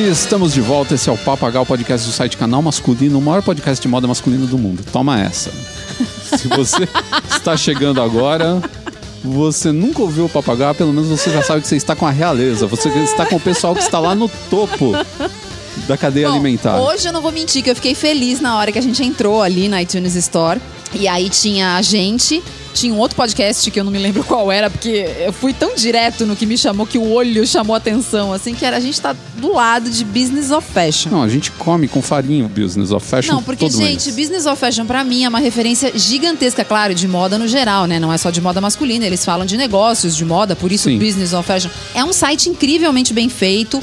Estamos de volta, esse é o Papagal, podcast do site Canal Masculino, o maior podcast de moda masculino do mundo. Toma essa. Se você está chegando agora, você nunca ouviu o Papagal, pelo menos você já sabe que você está com a realeza, você está com o pessoal que está lá no topo da cadeia alimentar. Hoje eu não vou mentir que eu fiquei feliz na hora que a gente entrou ali na iTunes Store. E aí tinha a gente, tinha um outro podcast que eu não me lembro qual era, porque eu fui tão direto no que me chamou, que o olho chamou a atenção, assim, que era a gente tá do lado de Business of Fashion. Não, a gente come com farinha o Business of Fashion. Não, porque, gente, Business of Fashion pra mim é uma referência gigantesca, claro, de moda no geral, né? Não é só de moda masculina, eles falam de negócios, de moda, por isso Sim. Business of Fashion. É um site incrivelmente bem feito,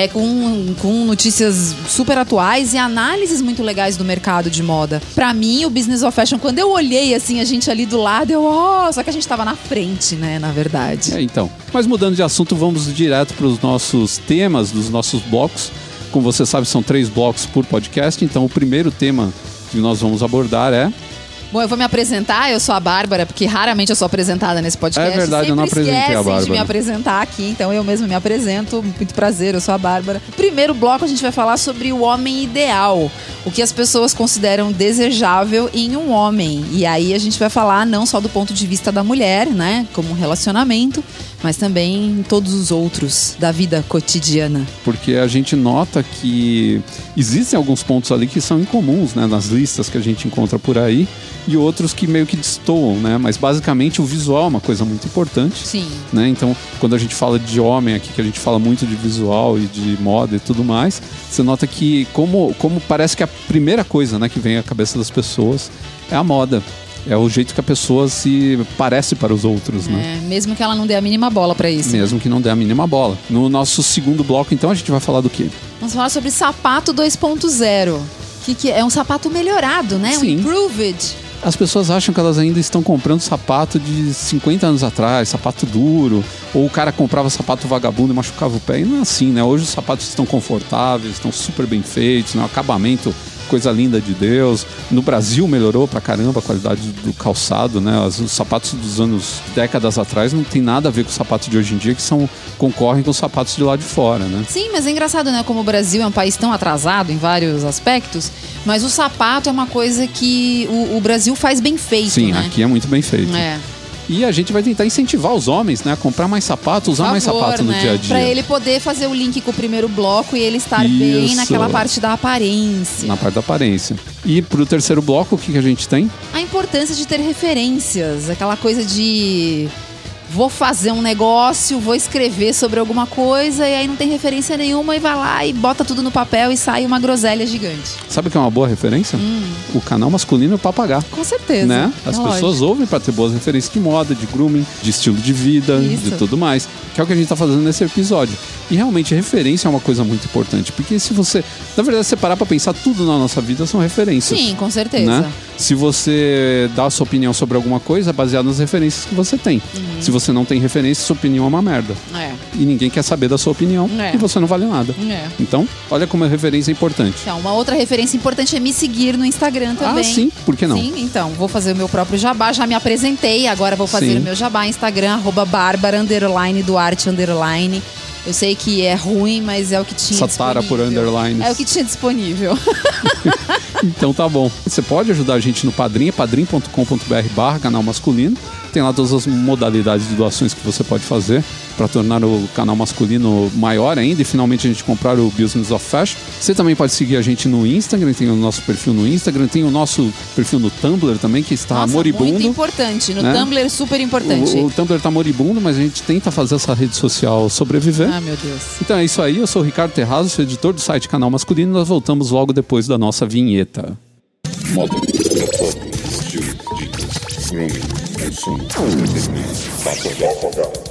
com notícias super atuais e análises muito legais do mercado de moda. Pra mim, o Business of Fashion, quando eu olhei, assim, a gente ali do lado, só que a gente tava na frente, né, na verdade. Então. Mas mudando de assunto, vamos direto para os nossos temas dos nossos blocos. Como você sabe, são 3 blocos por podcast. Então, o primeiro tema que nós vamos abordar é... Bom, eu vou me apresentar, eu sou a Bárbara, porque raramente eu sou apresentada nesse podcast. É verdade, eu não apresentei a Bárbara. De me apresentar aqui, então eu mesma me apresento. Muito prazer, eu sou a Bárbara. Primeiro bloco a gente vai falar sobre o homem ideal, o que as pessoas consideram desejável em um homem. E aí a gente vai falar não só do ponto de vista da mulher, né, como um relacionamento, mas também em todos os outros da vida cotidiana. Porque a gente nota que existem alguns pontos ali que são incomuns, né, nas listas que a gente encontra por aí, e outros que meio que destoam, né? Mas basicamente o visual é uma coisa muito importante. Sim. Né? Então, quando a gente fala de homem aqui, que a gente fala muito de visual e de moda e tudo mais, você nota que como parece que a primeira coisa, né, que vem à cabeça das pessoas é a moda. É o jeito que a pessoa se parece para os outros, né? Mesmo que ela não dê a mínima bola pra isso. Mesmo que não dê a mínima bola. No nosso segundo bloco, então, a gente vai falar do quê? Vamos falar sobre sapato 2.0. Que é um sapato melhorado, né? Sim. Um improved. As pessoas acham que elas ainda estão comprando sapato de 50 anos atrás, sapato duro, ou o cara comprava sapato vagabundo e machucava o pé. E não é assim, né? Hoje os sapatos estão confortáveis, estão super bem feitos, né? O acabamento, coisa linda de Deus. No Brasil melhorou pra caramba a qualidade do calçado, né? Os sapatos dos décadas atrás não tem nada a ver com os sapatos de hoje em dia, que concorrem com os sapatos de lá de fora, né? Sim, mas é engraçado, né? Como o Brasil é um país tão atrasado em vários aspectos, mas o sapato é uma coisa que o Brasil faz bem feito, Sim, né? aqui é muito bem feito. É. E a gente vai tentar incentivar os homens, né, a comprar mais sapatos, usar mais sapato no dia a dia. Pra ele poder fazer o link com o primeiro bloco e ele estar bem naquela parte da aparência. Na parte da aparência. E pro terceiro bloco, o que a gente tem? A importância de ter referências, aquela coisa de... Vou fazer um negócio, vou escrever sobre alguma coisa e aí não tem referência nenhuma e vai lá e bota tudo no papel e sai uma groselha gigante. Sabe o que é uma boa referência? O Canal Masculino é o Papagaio. Com certeza. Né? As pessoas ouvem para ter boas referências de moda, de grooming, de estilo de vida, de tudo mais. Que é o que a gente tá fazendo nesse episódio. E realmente referência é uma coisa muito importante. Porque se você... Na verdade, se você parar pra pensar, tudo na nossa vida são referências. Sim, com certeza. Né? Se você dá a sua opinião sobre alguma coisa, é baseado nas referências que você tem. Se você não tem referência, sua opinião é uma merda. E ninguém quer saber da sua opinião e você não vale nada. Então, olha como a referência é importante. Então, uma outra referência importante é me seguir no Instagram também. Ah, sim. Por que não? Sim, então, vou fazer o meu próprio jabá. Já me apresentei, agora vou fazer o meu jabá. Instagram, @Barbara_Duarte_. Eu sei que é ruim, mas é o que tinha Satara disponível. por underlines. É o que tinha disponível. Então tá bom. Você pode ajudar a gente no Padrim, padrim.com.br/canal masculino. Tem lá todas as modalidades de doações que você pode fazer para tornar o canal masculino maior ainda e finalmente a gente comprar o Business of Fashion. Você também pode seguir a gente no Instagram, tem o nosso perfil no Instagram, tem o nosso perfil no Tumblr também, que está moribundo. Muito importante, no Tumblr super importante. O Tumblr está moribundo, mas a gente tenta fazer essa rede social sobreviver. Ah, meu Deus. Então é isso aí, eu sou o Ricardo Terrazzo, sou editor do site Canal Masculino e nós voltamos logo depois da nossa vinheta. Moda, foto, estilo, dicas, grooming, consumo, entretenimento,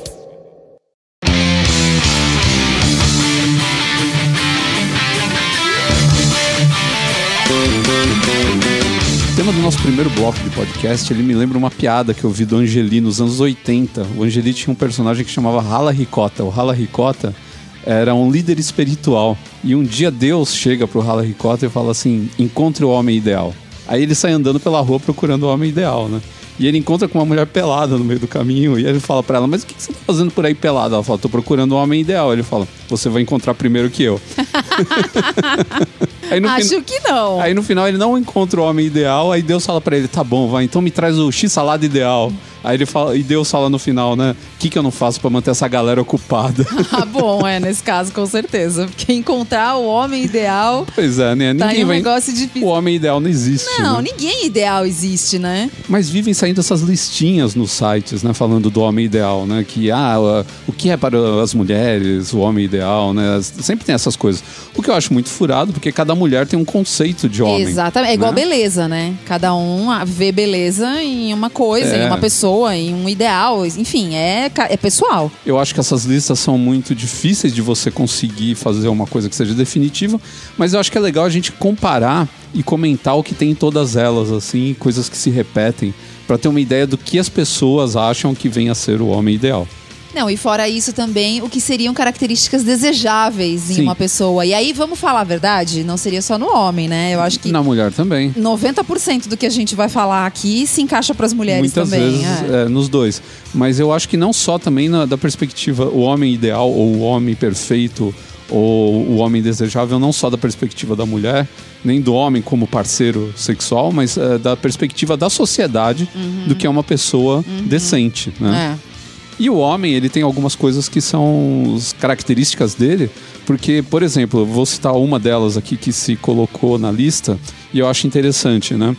O tema do nosso primeiro bloco de podcast, ele me lembra uma piada que eu vi do Angeli nos anos 80. O Angeli tinha um personagem que chamava Rala Ricota. O Rala Ricota era um líder espiritual. E um dia Deus chega pro Rala Ricota e fala assim, encontre o homem ideal. Aí ele sai andando pela rua procurando o homem ideal, né? E ele encontra com uma mulher pelada no meio do caminho. E ele fala pra ela, mas o que você tá fazendo por aí pelada? Ela fala, tô procurando o homem ideal. Ele fala, você vai encontrar primeiro que eu. Acho que não. Aí no final ele não encontra o homem ideal. Aí Deus fala pra ele, tá bom, vai, então me traz o X-salada ideal. Aí ele fala, e Deus fala no final, né? O que eu não faço pra manter essa galera ocupada? Bom, nesse caso, com certeza. Porque encontrar o homem ideal... Pois é, né? Tá aí um negócio difícil. O homem ideal não existe, Não, né? ninguém ideal existe, né? Mas vivem saindo essas listinhas nos sites, né? Falando do homem ideal, né? Que, o que é para as mulheres o homem ideal, né? Sempre tem essas coisas. O que eu acho muito furado, porque cada mulher tem um conceito de homem. Exatamente. É igual né? beleza, né? Cada um vê beleza em uma coisa, em uma pessoa, em um ideal. Enfim, é pessoal. Eu acho que essas listas são muito difíceis de você conseguir fazer uma coisa que seja definitiva, mas eu acho que é legal a gente comparar e comentar o que tem em todas elas, assim, coisas que se repetem, para ter uma ideia do que as pessoas acham que vem a ser o homem ideal. Não, e fora isso também, o que seriam características desejáveis em Sim. uma pessoa. E aí, vamos falar a verdade, não seria só no homem, né? Eu acho que na mulher também. 90% do que a gente vai falar aqui se encaixa para as mulheres muitas também. Vezes, nos dois. Mas eu acho que não só também da perspectiva o homem ideal ou o homem perfeito ou o homem desejável, não só da perspectiva da mulher, nem do homem como parceiro sexual, mas da perspectiva da sociedade do que é uma pessoa decente, né? E o homem, ele tem algumas coisas que são as características dele, porque, por exemplo, eu vou citar uma delas aqui que se colocou na lista e eu acho interessante, né?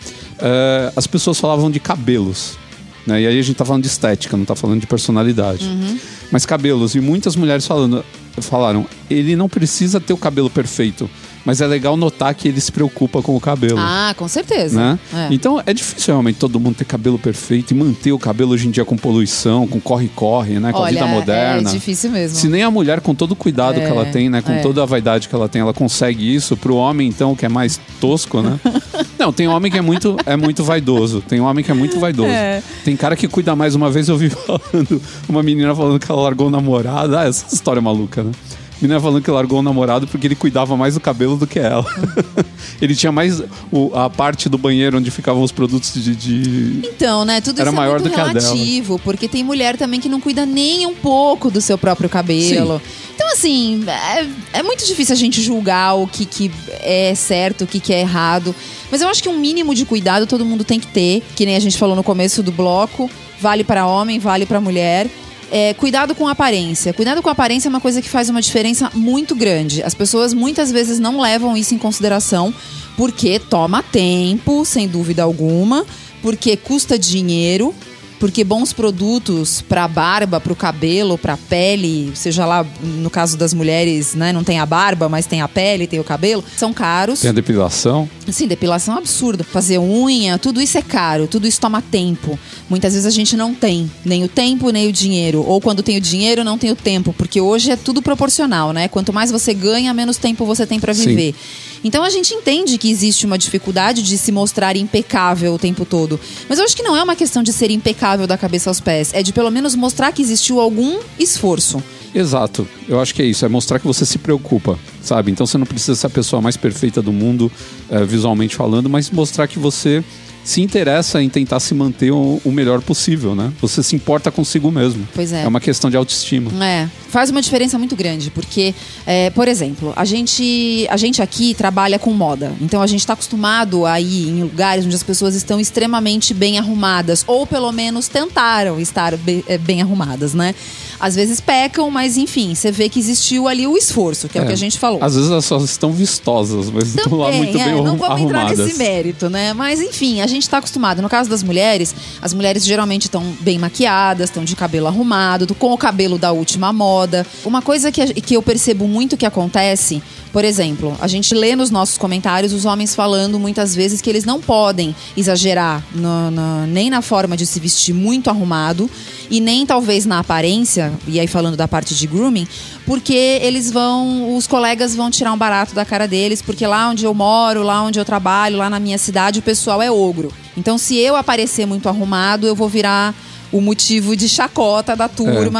As pessoas falavam de cabelos, né? E aí a gente tá falando de estética, não tá falando de personalidade. Mas cabelos, e muitas mulheres falaram, ele não precisa ter o cabelo perfeito, mas é legal notar que ele se preocupa com o cabelo. Com certeza. Né? Então é difícil realmente todo mundo ter cabelo perfeito e manter o cabelo hoje em dia com poluição, com corre-corre, né? Com a vida moderna. É difícil mesmo. Se nem a mulher, com todo o cuidado que ela tem, né? Com toda a vaidade que ela tem, ela consegue isso. Pro homem, então, que é mais tosco, né? Não, tem homem que é muito vaidoso. Tem homem que é muito vaidoso. Tem cara que cuida mais. Uma vez eu vi uma menina falando que ela largou o namorado. Essa história é maluca, né? Menina falando que largou o namorado porque ele cuidava mais do cabelo do que ela. Ele tinha mais a parte do banheiro onde ficavam os produtos de... Então, né? Tudo era isso maior é muito do que a relativo, porque tem mulher também que não cuida nem um pouco do seu próprio cabelo. Sim. Então, assim, é muito difícil a gente julgar o que é certo, o que é errado. Mas eu acho que um mínimo de cuidado todo mundo tem que ter, que nem a gente falou no começo do bloco. Vale para homem, vale para mulher. Cuidado com a aparência. Cuidado com a aparência é uma coisa que faz uma diferença muito grande. As pessoas muitas vezes não levam isso em consideração porque toma tempo, sem dúvida alguma, porque custa dinheiro, porque bons produtos para barba, para o cabelo, para a pele, seja lá no caso das mulheres, né, não tem a barba, mas tem a pele, tem o cabelo, são caros. Tem a depilação. Sim, depilação é um absurdo. Fazer unha, tudo isso é caro, tudo isso toma tempo. Muitas vezes a gente não tem nem o tempo, nem o dinheiro. Ou quando tem o dinheiro, não tem o tempo. Porque hoje é tudo proporcional, né? Quanto mais você ganha, menos tempo você tem para viver. Sim. Então a gente entende que existe uma dificuldade de se mostrar impecável o tempo todo. Mas eu acho que não é uma questão de ser impecável da cabeça aos pés. É de pelo menos mostrar que existiu algum esforço. Exato. Eu acho que é isso. É mostrar que você se preocupa, sabe? Então você não precisa ser a pessoa mais perfeita do mundo, visualmente falando, mas mostrar que você se interessa em tentar se manter o melhor possível, né? Você se importa consigo mesmo. Pois é. É uma questão de autoestima. Faz uma diferença muito grande, porque, por exemplo, a gente aqui trabalha com moda. Então a gente está acostumado a ir em lugares onde as pessoas estão extremamente bem arrumadas, ou pelo menos tentaram estar bem arrumadas, né? Às vezes pecam, mas enfim, você vê que existiu ali o esforço, que é o que a gente falou. Às vezes elas só estão vistosas, mas também, estão lá muito bem arrumadas. Não vamos entrar nesse mérito, né? Mas enfim, a gente está acostumado. No caso das mulheres, as mulheres geralmente estão bem maquiadas, estão de cabelo arrumado, com o cabelo da última moda. Uma coisa que eu percebo muito que acontece, por exemplo, a gente lê nos nossos comentários os homens falando muitas vezes que eles não podem exagerar nem na forma de se vestir muito arrumado e nem talvez na aparência, e aí falando da parte de grooming, porque os colegas vão tirar um barato da cara deles, porque lá onde eu moro, lá onde eu trabalho, lá na minha cidade, o pessoal é ogro. Então se eu aparecer muito arrumado, eu vou virar o motivo de chacota da turma.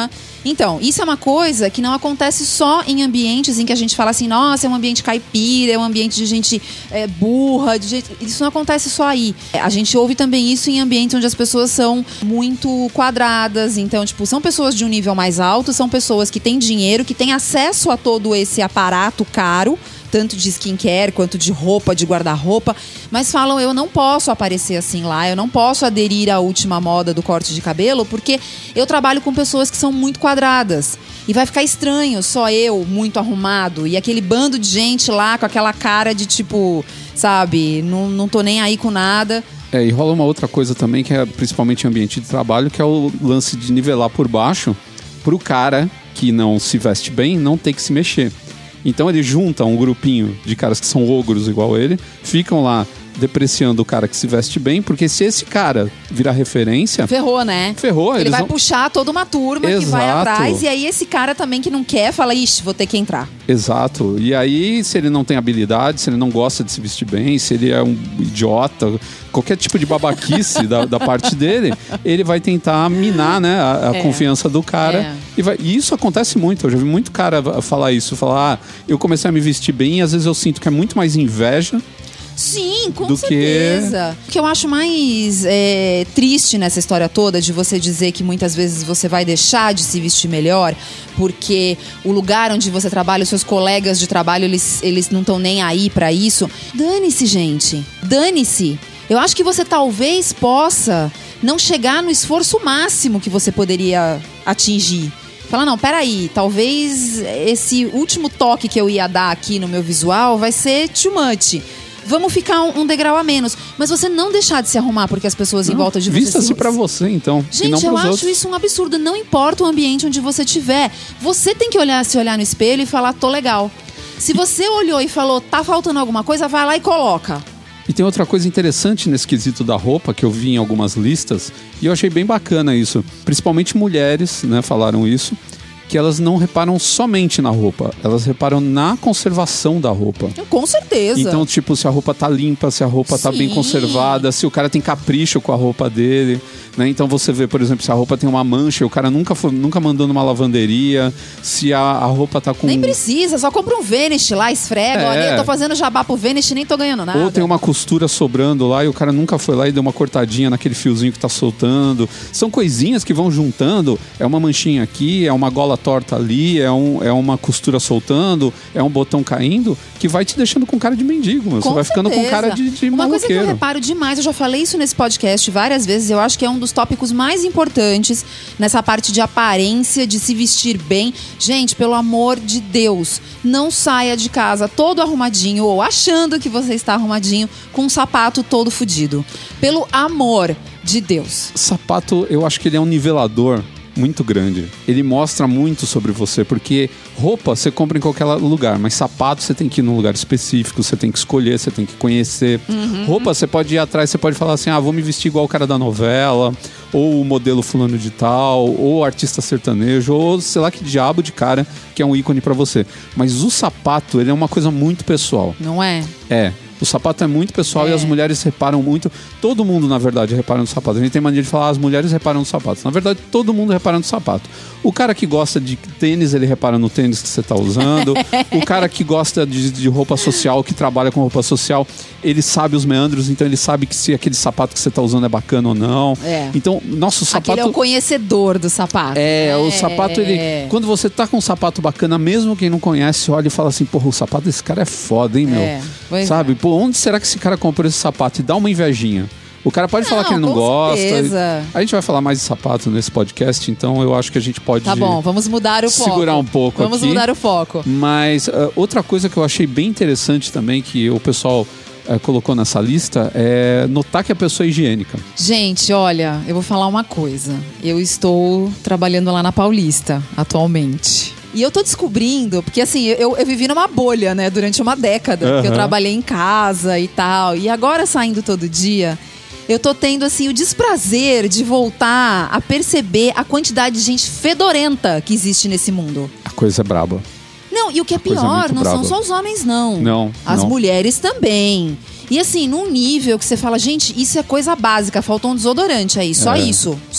Então, isso é uma coisa que não acontece só em ambientes em que a gente fala assim, nossa, é um ambiente caipira, é um ambiente de gente burra, isso não acontece só aí. A gente ouve também isso em ambientes onde as pessoas são muito quadradas, então, tipo, são pessoas de um nível mais alto, são pessoas que têm dinheiro, que têm acesso a todo esse aparato caro, tanto de skincare quanto de roupa, de guarda-roupa, mas falam, eu não posso aparecer assim lá, eu não posso aderir à última moda do corte de cabelo, porque eu trabalho com pessoas que são muito quadradas. E vai ficar estranho, só eu, muito arrumado, e aquele bando de gente lá com aquela cara de tipo, sabe, não tô nem aí com nada. E rola uma outra coisa também, que é principalmente em ambiente de trabalho, que é o lance de nivelar por baixo pro cara que não se veste bem não ter que se mexer. Então ele junta um grupinho de caras que são ogros igual ele, ficam lá depreciando o cara que se veste bem, porque se esse cara virar referência... Ferrou, né? Ferrou. Ele vai puxar toda uma turma que vai atrás, e aí esse cara também que não quer, fala, ixi, vou ter que entrar. Exato. E aí, se ele não tem habilidade, se ele não gosta de se vestir bem, se ele é um idiota, qualquer tipo de babaquice da parte dele, ele vai tentar minar, né, a confiança do cara. E isso acontece muito. Eu já vi muito cara falar isso, falar, eu comecei a me vestir bem e às vezes eu sinto que é muito mais inveja. Sim, com certeza. O que eu acho mais triste nessa história toda, de você dizer que muitas vezes você vai deixar de se vestir melhor, porque o lugar onde você trabalha, os seus colegas de trabalho, eles não estão nem aí pra isso. Dane-se, gente. Dane-se. Eu acho que você talvez possa não chegar no esforço máximo que você poderia atingir. Fala, não, peraí, talvez esse último toque que eu ia dar aqui no meu visual vai ser too much. Vamos ficar um degrau a menos. Mas você não deixar de se arrumar porque as pessoas em volta de você... Vista-se pra você, então. Gente, e não eu acho outros. isso um absurdo. Não importa o ambiente onde você estiver. Você tem que se olhar no espelho e falar, tô legal. Se você olhou e falou, tá faltando alguma coisa, vai lá e coloca. E tem outra coisa interessante nesse quesito da roupa, que eu vi em algumas listas, e eu achei bem bacana isso. Principalmente mulheres, né, falaram isso. Que elas não reparam somente na roupa, elas reparam na conservação da roupa. Com certeza. Então, tipo, se a roupa tá limpa, se a roupa tá bem conservada, se o cara tem capricho com a roupa dele, né? Então você vê, por exemplo, se a roupa tem uma mancha e o cara nunca mandou numa lavanderia, se a roupa tá com... Nem precisa, só compra um Vanish lá, esfrega. Olha, eu tô fazendo jabá pro Vanish e nem tô ganhando nada. Ou tem uma costura sobrando lá e o cara nunca foi lá e deu uma cortadinha naquele fiozinho que tá soltando. São coisinhas que vão juntando. É uma manchinha aqui, é uma gola torta ali, é uma costura soltando, é um botão caindo, que vai te deixando com cara de mendigo, meu. Você vai ficando com cara de Uma maloqueiro. coisa que eu reparo demais, eu já falei isso nesse podcast várias vezes, eu acho que é um dos tópicos mais importantes nessa parte de aparência, de se vestir bem. Gente, pelo amor de Deus, não saia de casa todo arrumadinho ou achando que você está arrumadinho com um sapato todo fodido. Pelo amor de Deus. Sapato, eu acho que ele é um nivelador muito grande. Ele mostra muito sobre você, porque roupa você compra em qualquer lugar, mas sapato você tem que ir num lugar específico, você tem que escolher, você tem que conhecer. Roupa você pode ir atrás, você pode falar assim, vou me vestir igual o cara da novela, ou o modelo fulano de tal, ou o artista sertanejo, ou sei lá que diabo de cara que é um ícone pra você. Mas o sapato, ele é uma coisa muito pessoal. Não é? É. O sapato é muito pessoal e as mulheres reparam muito. Todo mundo, na verdade, repara no sapato. A gente tem mania de falar, as mulheres reparam no sapato. Na verdade, todo mundo repara no sapato. O cara que gosta de tênis, ele repara no tênis que você está usando. O cara que gosta de roupa social, que trabalha com roupa social, ele sabe os meandros, então ele sabe que se aquele sapato que você está usando é bacana ou não. Então, nosso sapato... Aquele é o conhecedor do sapato. O sapato, ele... Quando você tá com um sapato bacana, mesmo quem não conhece, olha e fala assim, porra, o sapato desse cara é foda, hein, meu? Sabe? Pô, onde será que esse cara comprou esse sapato? E dá uma invejinha. O cara pode falar que ele não gosta. Certeza. A gente vai falar mais de sapato nesse podcast, então eu acho que a gente pode... Tá bom, vamos mudar o foco. Segurar um pouco Vamos mudar o foco. Mas outra coisa que eu achei bem interessante também, que o pessoal colocou nessa lista, é notar que a pessoa é higiênica. Gente, olha, eu vou falar uma coisa. Eu estou trabalhando lá na Paulista, atualmente. E eu tô descobrindo, porque assim, eu vivi numa bolha, né, durante uma década. Porque eu trabalhei em casa e tal. E agora, saindo todo dia, eu tô tendo, assim, o desprazer de voltar a perceber a quantidade de gente fedorenta que existe nesse mundo. A coisa é braba. Não, e o que é pior, não são só os homens, não. Não. As mulheres também. E assim, num nível que você fala, gente, isso é coisa básica, faltou um desodorante aí, só isso, só.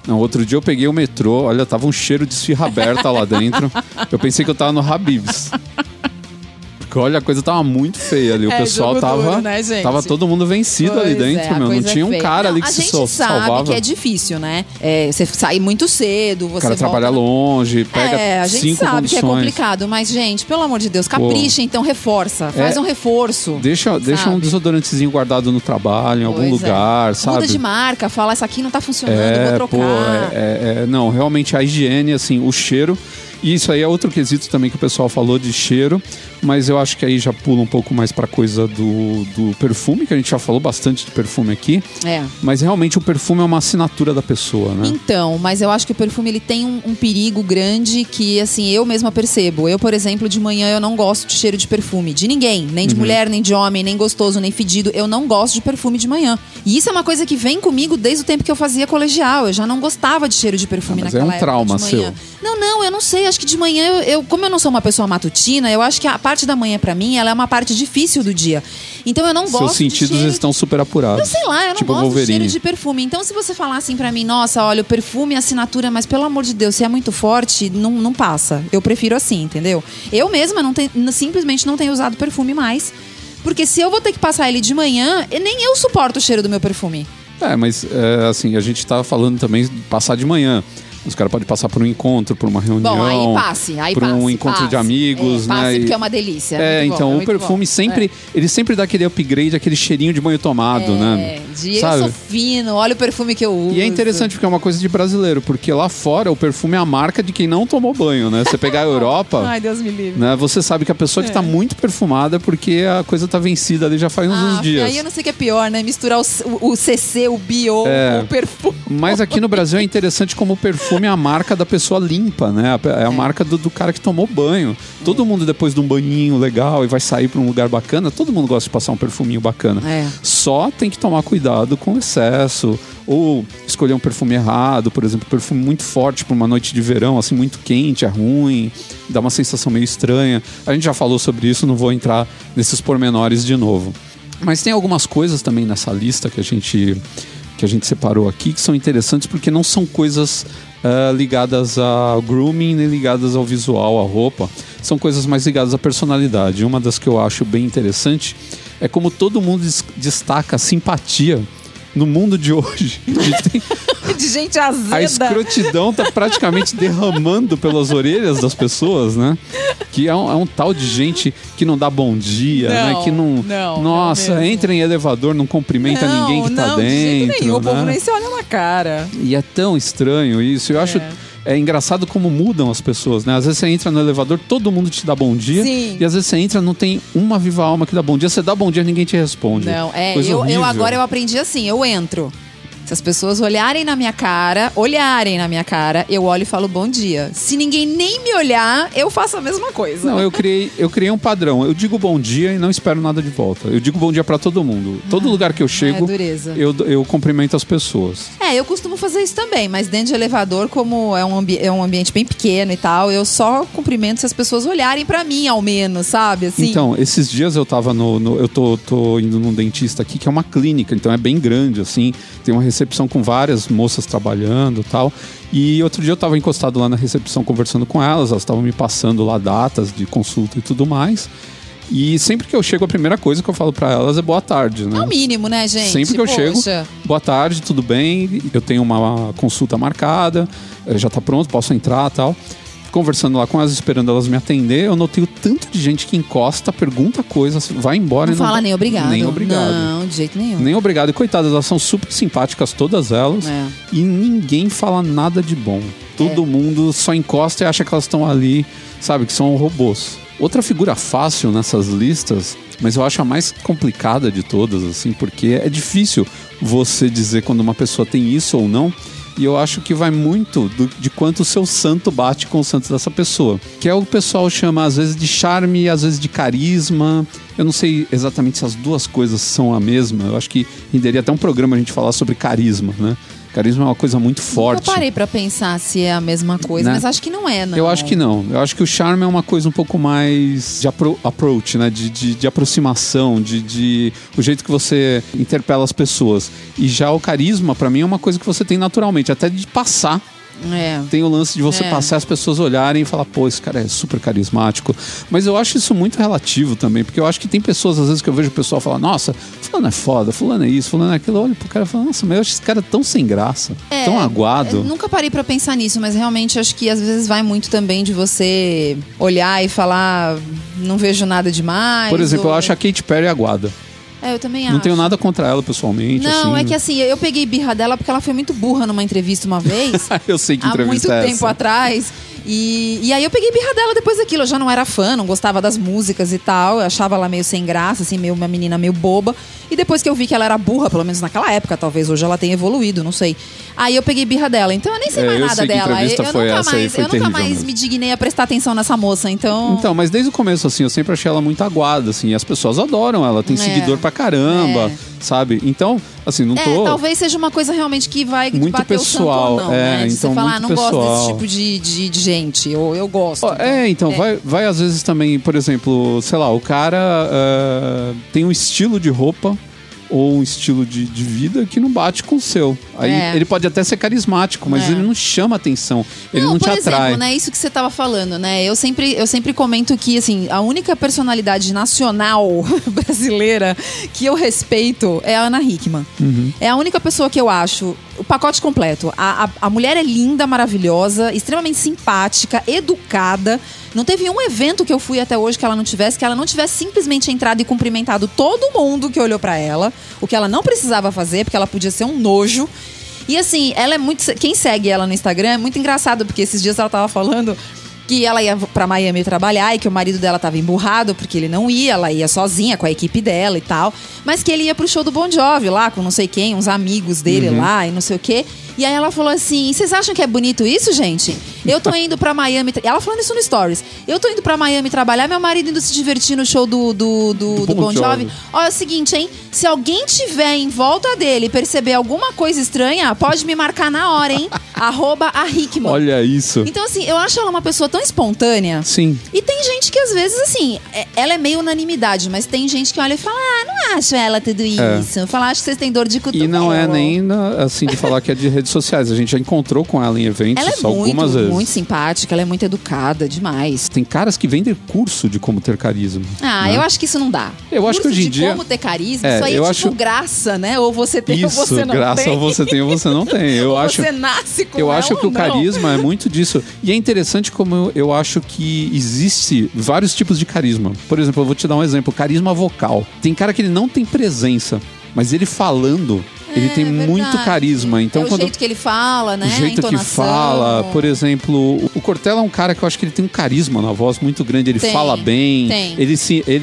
Não, outro dia eu peguei o metrô, olha, tava um cheiro de esfirra aberta lá dentro. Eu pensei que eu tava no Habib's. Porque olha, a coisa tava muito feia ali. O pessoal tava, duro, né, gente? tava todo mundo vencido ali dentro, meu. Não tinha um cara ali que se salvava. A gente sabe que é difícil, né? Você sair muito cedo, você o cara trabalha longe, pega a gente 5 sabe condições. que é complicado, mas, gente, pelo amor de Deus, capricha, então reforça. Faz um reforço. Deixa um desodorantezinho guardado no trabalho, em algum lugar, sabe? Muda de marca, fala, essa aqui não tá funcionando, vou trocar. Não, realmente a higiene, assim, o cheiro. E isso aí é outro quesito também que o pessoal falou de cheiro, mas eu acho que aí já pula um pouco mais pra coisa do perfume, que a gente já falou bastante de perfume aqui. Mas realmente o perfume é uma assinatura da pessoa, né? Então, mas eu acho que o perfume ele tem um perigo grande que, assim, eu mesma percebo. Eu, por exemplo, de manhã eu não gosto de cheiro de perfume. De ninguém. Nem de mulher, nem de homem, nem gostoso, nem fedido. Eu não gosto de perfume de manhã. E isso é uma coisa que vem comigo desde o tempo que eu fazia colegial. Eu já não gostava de cheiro de perfume naquela época. Mas é um trauma seu. Não, eu não sei. Acho que de manhã, como eu não sou uma pessoa matutina, eu acho que a parte da manhã, pra mim, ela é uma parte difícil do dia. Então eu não gosto de cheiro. Seus sentidos estão super apurados. Eu sei lá, eu não gosto Wolverine. de cheiro de perfume. Então se você falar assim pra mim, nossa, olha, o perfume é assinatura, mas pelo amor de Deus, se é muito forte, não passa. Eu prefiro assim, entendeu? Eu mesma simplesmente não tenho usado perfume mais. Porque se eu vou ter que passar ele de manhã, nem eu suporto o cheiro do meu perfume. Mas assim, a gente tá falando também de passar de manhã. Os caras podem passar por um encontro, por uma reunião. Bom, aí passe. Por um encontro de amigos, né? Passe, porque é uma delícia. Então, o perfume sempre, ele sempre dá aquele upgrade, aquele cheirinho de banho tomado, né? Eu sou fino, olha o perfume que eu uso. E é interessante porque é uma coisa de brasileiro, porque lá fora o perfume é a marca de quem não tomou banho, né? Você pegar a Europa, ai, Deus me livre. Né? Você sabe que a pessoa que tá muito perfumada é porque a coisa tá vencida ali já faz uns dias. Aí eu não sei o que é pior, né? Misturar o CC, o bio, o perfume. Mas aqui no Brasil é interessante como o perfume é a marca da pessoa limpa, né? É a marca do cara que tomou banho. Todo mundo depois de um banhinho legal e vai sair pra um lugar bacana, todo mundo gosta de passar um perfuminho bacana. Só tem que tomar cuidado com o excesso. Ou escolher um perfume errado, por exemplo, perfume muito forte para uma noite de verão, assim, muito quente, é ruim, dá uma sensação meio estranha. A gente já falou sobre isso, não vou entrar nesses pormenores de novo. Mas tem algumas coisas também nessa lista que a gente separou aqui que são interessantes porque não são coisas ligadas ao grooming nem ligadas ao visual, à roupa. São coisas mais ligadas à personalidade. Uma das que eu acho bem interessante é como todo mundo destaca a simpatia no mundo de hoje. De gente azeda. A escrotidão tá praticamente derramando pelas orelhas das pessoas, né? Que é um tal de gente que não dá bom dia, né? Que nossa, entra em elevador, não cumprimenta ninguém que tá dentro. De jeito nenhum, o povo nem se olha na cara. E é tão estranho isso. Eu acho... É engraçado como mudam as pessoas, né? Às vezes você entra no elevador, todo mundo te dá bom dia. Sim. E às vezes você entra, não tem uma viva alma que dá bom dia. Você dá bom dia, ninguém te responde. Não, eu agora eu aprendi assim, eu entro. Se as pessoas olharem na minha cara, eu olho e falo bom dia. Se ninguém nem me olhar, eu faço a mesma coisa. Não, eu criei um padrão. Eu digo bom dia e não espero nada de volta. Eu digo bom dia pra todo mundo. Todo lugar que eu chego, eu cumprimento as pessoas. Eu costumo fazer isso também, mas dentro de elevador, como é um ambiente bem pequeno e tal, eu só cumprimento se as pessoas olharem pra mim, ao menos, sabe? Assim. Então, esses dias eu tava eu tô indo num dentista aqui, que é uma clínica, então é bem grande, assim, tem uma recepção com várias moças trabalhando e tal. E outro dia eu tava encostado lá na recepção conversando com elas estavam me passando lá datas de consulta e tudo mais. E sempre que eu chego, a primeira coisa que eu falo pra elas é boa tarde, né? É o mínimo, né, gente? Sempre que eu chego, boa tarde, tudo bem? Eu tenho uma consulta marcada, já tá pronto, posso entrar e tal. Conversando lá com elas, esperando elas me atender, eu notei o tanto de gente que encosta, pergunta coisas, vai embora não e não fala nem obrigado. Nem obrigado. Não, de jeito nenhum. Nem obrigado. E coitadas, elas são super simpáticas, todas elas. E ninguém fala nada de bom. Todo mundo só encosta e acha que elas estão ali, sabe, que são robôs. Outra figura fácil nessas listas, mas eu acho a mais complicada de todas, assim, porque é difícil você dizer quando uma pessoa tem isso ou não. E eu acho que vai muito de quanto o seu santo bate com o santo dessa pessoa. Que é o que o pessoal chama, às vezes, de charme, às vezes de carisma. Eu não sei exatamente se as duas coisas são a mesma. Eu acho que renderia até um programa a gente falar sobre carisma, né? Carisma é uma coisa muito forte. Eu parei pra pensar se é a mesma coisa, né? Mas acho que não é, não. Eu acho que não. Eu acho que o charme é uma coisa um pouco mais de approach, né? De aproximação, o jeito que você interpela as pessoas. E já o carisma, pra mim, é uma coisa que você tem naturalmente, até de passar. Tem o lance de você passar, as pessoas olharem e falar, pô, esse cara é super carismático. Mas eu acho isso muito relativo também, porque eu acho que tem pessoas, às vezes, que eu vejo o pessoal falar, nossa, fulano é foda, fulano é isso, fulano é aquilo. Olha pro cara e fala, nossa, mas eu acho esse cara tão sem graça, tão aguado. Eu nunca parei pra pensar nisso, mas realmente acho que às vezes vai muito também de você olhar e falar, não vejo nada demais. Por exemplo, eu acho a Katy Perry aguada. Eu também acho. Não tenho nada contra ela pessoalmente. Não, assim. É que assim, eu peguei birra dela porque ela foi muito burra numa entrevista uma vez. Eu sei que entrevista há é muito essa. tempo atrás. E aí eu peguei birra dela depois daquilo. Eu já não era fã, não gostava das músicas e tal. Eu achava ela meio sem graça, assim, uma menina meio boba. E depois que eu vi que ela era burra, pelo menos naquela época, talvez hoje ela tenha evoluído, não sei. Aí eu peguei birra dela. Então eu nem sei mais eu nada sei que dela. entrevista foi essa aí, foi eu nunca mais mesmo. me dignei a prestar atenção nessa moça, então... Então, mas desde o começo, assim, eu sempre achei ela muito aguada, assim. E as pessoas adoram ela, tem seguidor pra caramba, sabe? Então, assim, não tô... talvez seja uma coisa realmente que vai muito bater pessoal, o santo ou não, né? De então, você falar, não pessoal. gosto desse tipo de gente, ou eu gosto. Então. Vai às vezes também, por exemplo, sei lá, o cara tem um estilo de roupa ou um estilo de vida que não bate com o seu. Aí ele pode até ser carismático, mas ele não chama atenção, ele não te atrai. Por exemplo, né, isso que você estava falando, né? Eu sempre comento que, assim, a única personalidade nacional brasileira que eu respeito é a Ana Hickman. Uhum. É a única pessoa que eu acho o pacote completo. A mulher é linda, maravilhosa, extremamente simpática, educada. Não teve um evento que eu fui até hoje que ela não tivesse simplesmente entrado e cumprimentado todo mundo que olhou pra ela, o que ela não precisava fazer, porque ela podia ser um nojo. E assim, ela é muito... Quem segue ela no Instagram é muito engraçado, porque esses dias ela tava falando que ela ia pra Miami trabalhar e que o marido dela tava emburrado porque ele não ia, ela ia sozinha com a equipe dela e tal, mas que ele ia pro show do Bon Jovi lá com não sei quem, uns amigos dele lá e não sei o quê. E aí ela falou assim, vocês acham que é bonito isso, gente? Eu tô indo pra Miami... Ela falando isso no Stories. Eu tô indo pra Miami trabalhar, meu marido indo se divertir no show do Bon Jovi. Olha, é o seguinte, hein? Se alguém tiver em volta dele e perceber alguma coisa estranha, pode me marcar na hora, hein? @ahickman. Olha isso. Então, assim, eu acho ela uma pessoa tão espontânea. Sim. E tem gente que, às vezes, assim, ela é meio unanimidade, mas tem gente que olha e fala, não acho ela tudo isso. Fala, acho que vocês têm dor de cotovelo. E não é nem, assim, de falar que é de redes sociais. A gente já encontrou com ela em eventos algumas vezes. Muito simpática, ela é muito educada, demais. Tem caras que vendem curso de como ter carisma. Né? Eu acho que isso não dá. Eu acho que hoje em dia... como ter carisma, isso aí é tipo graça, né? Ou você tem isso, ou você não graça, tem. ou você tem ou você não tem. Eu acho, você nasce com eu ela acho que ou o não. carisma é muito disso. E é interessante como eu acho que existe vários tipos de carisma. Por exemplo, eu vou te dar um exemplo. Carisma vocal. Tem cara que ele não tem presença, mas ele falando... Ele tem muito carisma. Então, o jeito que ele fala, né? O jeito que fala. Por exemplo, o Cortella é um cara que eu acho que ele tem um carisma na voz muito grande. Ele fala bem. Tem. Ele é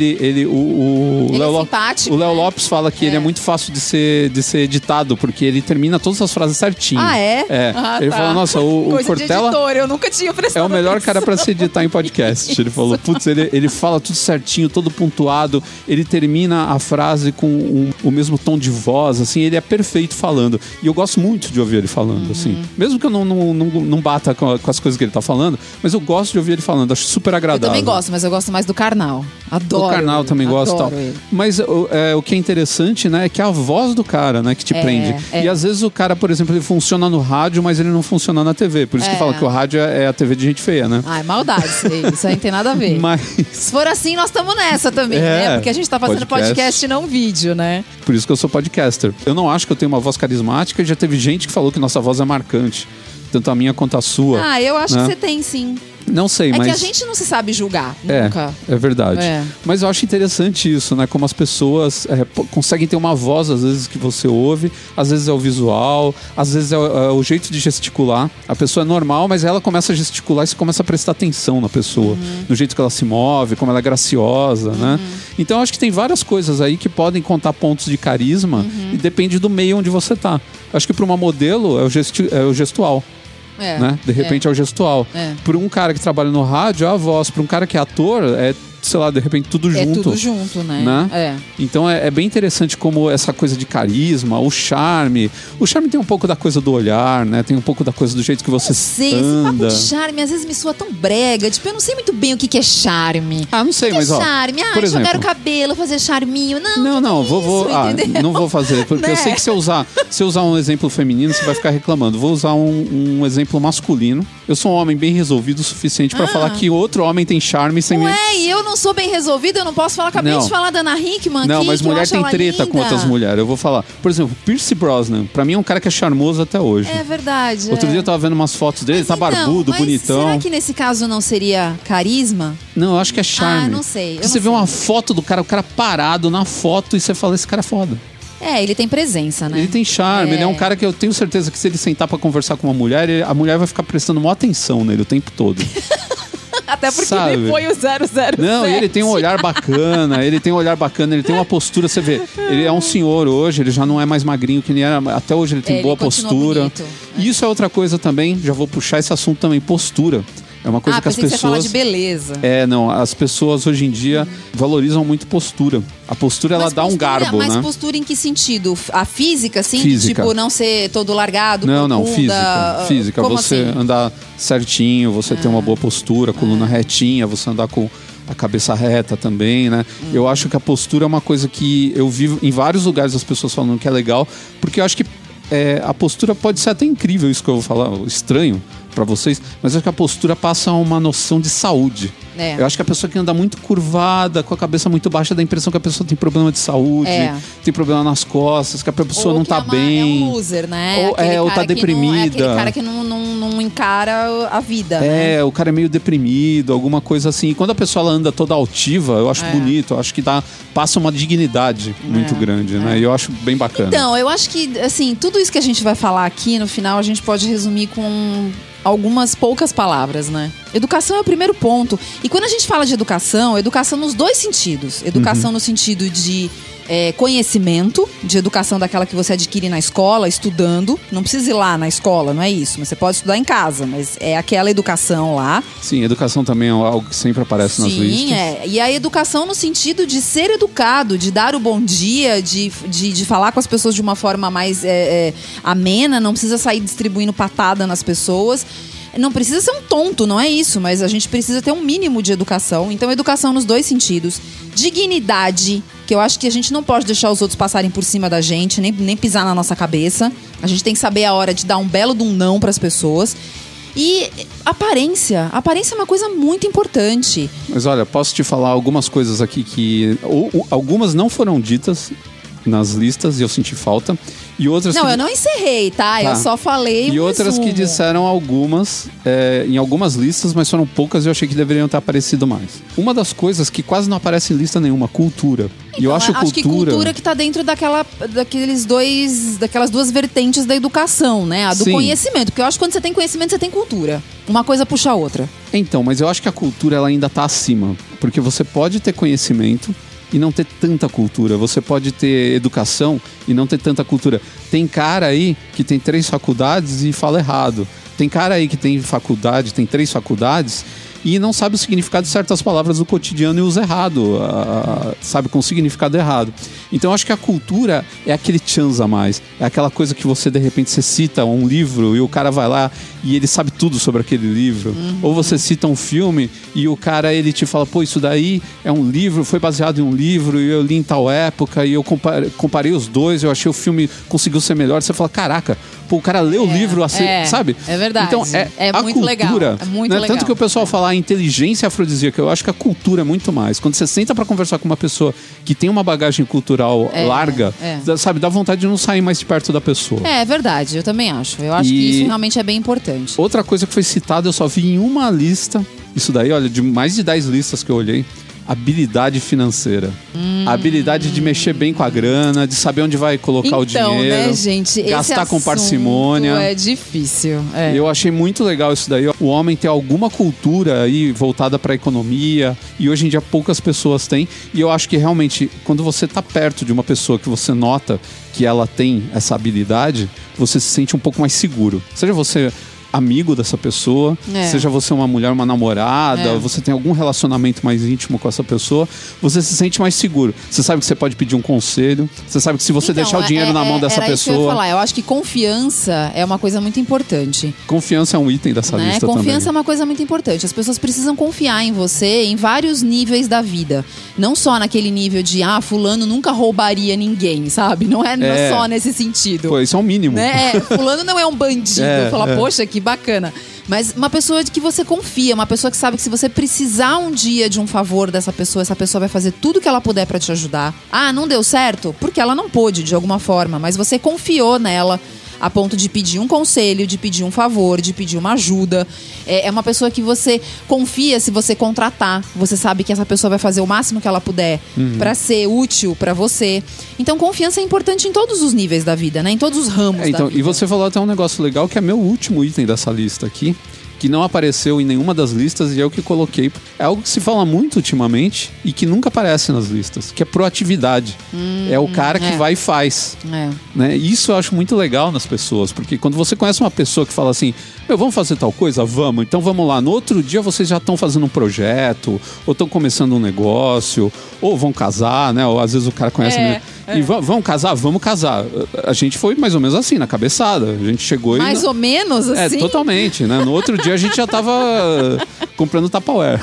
simpático. O Léo Lopes fala que ele é muito fácil de ser editado, porque ele termina todas as frases certinho. Ele fala, nossa, o Coisa Cortella... de editor, eu nunca tinha prestado É o melhor atenção. cara pra se editar em podcast. Ele falou, putz, ele fala tudo certinho, todo pontuado. Ele termina a frase com o mesmo tom de voz, assim. Ele é perfeito falando. E eu gosto muito de ouvir ele falando, assim. Mesmo que eu não bata com as coisas que ele tá falando, mas eu gosto de ouvir ele falando. Acho super agradável. Eu também gosto, mas eu gosto mais do Karnal. Adoro. O Karnal também gosto e tal. Ele. Mas o que é interessante, né, é que é a voz do cara, né, que te prende. E às vezes o cara, por exemplo, ele funciona no rádio, mas ele não funciona na TV. Por isso que fala que o rádio é a TV de gente feia, né? É maldade isso aí não tem nada a ver. Mas... Se for assim, nós estamos nessa também, né? Porque a gente tá fazendo podcast e não vídeo, né? Por isso que eu sou podcaster. Eu não acho que eu tenho uma voz carismática, e já teve gente que falou que nossa voz é marcante. Tanto a minha quanto a sua. Eu acho que você tem, sim. Não sei, mas... É que a gente não se sabe julgar, nunca. É verdade. Mas eu acho interessante isso, né? Como as pessoas conseguem ter uma voz, às vezes, que você ouve. Às vezes é o visual, às vezes é o jeito de gesticular. A pessoa é normal, mas ela começa a gesticular e você começa a prestar atenção na pessoa. No jeito que ela se move, como ela é graciosa, né? Então eu acho que tem várias coisas aí que podem contar pontos de carisma e depende do meio onde você tá. Acho que para uma modelo é o gestual. Né? De repente é o gestual. Para um cara que trabalha no rádio, é a voz. Para um cara que é ator, sei lá, de repente tudo junto. É tudo junto, né? É. Então é bem interessante como essa coisa de carisma, o charme. O charme tem um pouco da coisa do olhar, né? Tem um pouco da coisa do jeito que você anda. Esse papo de charme às vezes me soa tão brega. Tipo, eu não sei muito bem o que é charme. Não sei, mas ó. Charme? Por exemplo, jogar o cabelo, fazer charminho. Não, não vou fazer. Porque né? Eu sei que se eu usar um exemplo feminino, você vai ficar reclamando. Vou usar um exemplo masculino. Eu sou um homem bem resolvido o suficiente pra falar que outro homem tem charme sem mim. E eu não sou bem resolvida, eu não posso falar. Acabei de falar da Ana Hickman aqui. Não, mas mulher tem treta linda. Com outras mulheres. Eu vou falar. Por exemplo, Pierce Brosnan. Pra mim é um cara que é charmoso até hoje. É verdade. Outro dia eu tava vendo umas fotos dele, tá barbudo, bonitão. Será que nesse caso não seria carisma? Não, eu acho que é charme. Não sei. Você vê uma foto do cara, o cara parado na foto e você fala, esse cara é foda. Ele tem presença, né? Ele tem charme, ele é um cara que eu tenho certeza que se ele sentar pra conversar com uma mulher, a mulher vai ficar prestando maior atenção nele o tempo todo. Até porque ele foi o 007. Não, e ele tem um olhar bacana, ele tem uma postura, você vê, ele é um senhor hoje, ele já não é mais magrinho que nem era, até hoje ele tem boa postura. Bonito. E isso é outra coisa também, já vou puxar esse assunto também, postura. É uma coisa que as pessoas... você fala de beleza. As pessoas hoje em dia valorizam muito postura. A postura, ela dá um garbo, mas né? Mas postura em que sentido? A física, assim? Física. Tipo, não ser todo largado, Não, física. Física. Como você assim? andar certinho, você ter uma boa postura, coluna retinha, você andar com a cabeça reta também, né? Eu acho que a postura é uma coisa que eu vivo em vários lugares as pessoas falando que é legal, porque eu acho que a postura pode ser até incrível, isso que eu vou falar, estranho pra vocês, mas eu acho que a postura passa uma noção de saúde. Eu acho que a pessoa que anda muito curvada, com a cabeça muito baixa, dá a impressão que a pessoa tem problema de saúde, tem problema nas costas, que a pessoa não tá bem. É um loser, né? Ou tá deprimida. Aquele cara que não encara a vida, né? O cara é meio deprimido, alguma coisa assim. E quando a pessoa ela anda toda altiva, eu acho bonito, eu acho que passa uma dignidade muito grande, né? E eu acho bem bacana. Então, eu acho que, assim, tudo isso que a gente vai falar aqui, no final, a gente pode resumir com algumas poucas palavras, né? Educação é o primeiro ponto. E quando a gente fala de educação nos dois sentidos. Educação no sentido de conhecimento, de educação daquela que você adquire na escola, estudando. Não precisa ir lá na escola, não é isso. Mas você pode estudar em casa, mas é aquela educação lá. Sim, educação também é algo que sempre aparece nas listas. Sim, E a educação no sentido de ser educado, de dar o bom dia, de falar com as pessoas de uma forma mais amena, não precisa sair distribuindo patada nas pessoas. Não precisa ser um tonto, não é isso, mas a gente precisa ter um mínimo de educação. Então, educação nos dois sentidos. Dignidade, que eu acho que a gente não pode deixar os outros passarem por cima da gente, nem pisar na nossa cabeça. A gente tem que saber a hora de dar um belo de um não para as pessoas. E aparência. Aparência é uma coisa muito importante. Mas olha, posso te falar algumas coisas aqui que... algumas não foram ditas nas listas e eu senti falta. E outras eu não encerrei, tá? Eu só falei E outras resumo. Que disseram algumas, em algumas listas, mas foram poucas e eu achei que deveriam ter aparecido mais. Uma das coisas que quase não aparece em lista nenhuma, cultura. Então, e eu acho que cultura que tá dentro daquelas duas vertentes da educação, né? A do conhecimento. Porque eu acho que quando você tem conhecimento, você tem cultura. Uma coisa puxa a outra. Então, mas eu acho que a cultura ela ainda tá acima. Porque você pode ter conhecimento e não ter tanta cultura. Você pode ter educação e não ter tanta cultura. Tem cara aí que tem 3 faculdades e fala errado. Tem cara aí que tem faculdade, tem 3 faculdades e não sabe o significado de certas palavras do cotidiano e usa errado, sabe, com significado errado. Então eu acho que a cultura é aquele chance a mais, é aquela coisa que você de repente você cita um livro e o cara vai lá e ele sabe tudo sobre aquele livro. Ou você cita um filme e o cara ele te fala, pô, isso daí é um livro, foi baseado em um livro e eu li em tal época e eu comparei os dois, eu achei o filme conseguiu ser melhor. Você fala, caraca, pô, o cara leu o livro assim, sabe? É verdade. Então é a muito cultura, legal. É muito legal. Tanto que o pessoal fala a inteligência afrodisíaca, eu acho que a cultura é muito mais. Quando você senta pra conversar com uma pessoa que tem uma bagagem cultural larga, sabe, dá vontade de não sair mais de perto da pessoa. É verdade, eu também acho. Eu acho que isso realmente é bem importante. Outra coisa que foi citada, eu só vi em uma lista, isso daí, olha, de mais de 10 listas que eu olhei, habilidade financeira. A habilidade de mexer bem com a grana, de saber onde vai colocar o dinheiro. Né, gente? Gastar com parcimônia. É difícil. Eu achei muito legal isso daí. O homem ter alguma cultura aí voltada para a economia. E hoje em dia poucas pessoas têm. E eu acho que realmente, quando você tá perto de uma pessoa que você nota que ela tem essa habilidade, você se sente um pouco mais seguro. Seja você amigo dessa pessoa, seja você uma mulher, uma namorada, você tem algum relacionamento mais íntimo com essa pessoa, você se sente mais seguro. Você sabe que você pode pedir um conselho, você sabe que se você deixar o dinheiro na mão dessa pessoa... Isso que eu ia falar. Eu acho que confiança é uma coisa muito importante. Confiança é um item dessa lista também. Confiança é uma coisa muito importante. As pessoas precisam confiar em você em vários níveis da vida. Não só naquele nível de, fulano nunca roubaria ninguém, sabe? Não é só nesse sentido. Pô, isso é o mínimo. Fulano não é um bandido. Fala, poxa, que bacana. Mas uma pessoa de que você confia, uma pessoa que sabe que se você precisar um dia de um favor dessa pessoa, essa pessoa vai fazer tudo que ela puder pra te ajudar. Não deu certo? Porque ela não pôde, de alguma forma, mas você confiou nela a ponto de pedir um conselho, de pedir um favor, de pedir uma ajuda. É uma pessoa que você confia se você contratar. Você sabe que essa pessoa vai fazer o máximo que ela puder pra ser útil pra você. Então, confiança é importante em todos os níveis da vida, né? Em todos os ramos da vida. E você falou até um negócio legal, que é meu último item dessa lista aqui, que não apareceu em nenhuma das listas e é o que coloquei. É algo que se fala muito ultimamente e que nunca aparece nas listas, que é proatividade. É o cara que vai e faz. Né? Isso eu acho muito legal nas pessoas, porque quando você conhece uma pessoa que fala assim, vamos fazer tal coisa? Vamos. Então vamos lá. No outro dia vocês já estão fazendo um projeto, ou estão começando um negócio, ou vão casar, né? Ou às vezes o cara conhece... E vamos casar? Vamos casar. A gente foi mais ou menos assim, na cabeçada. A gente chegou e... Mais ou menos assim? Totalmente, né? No outro dia a gente já tava comprando Tupperware.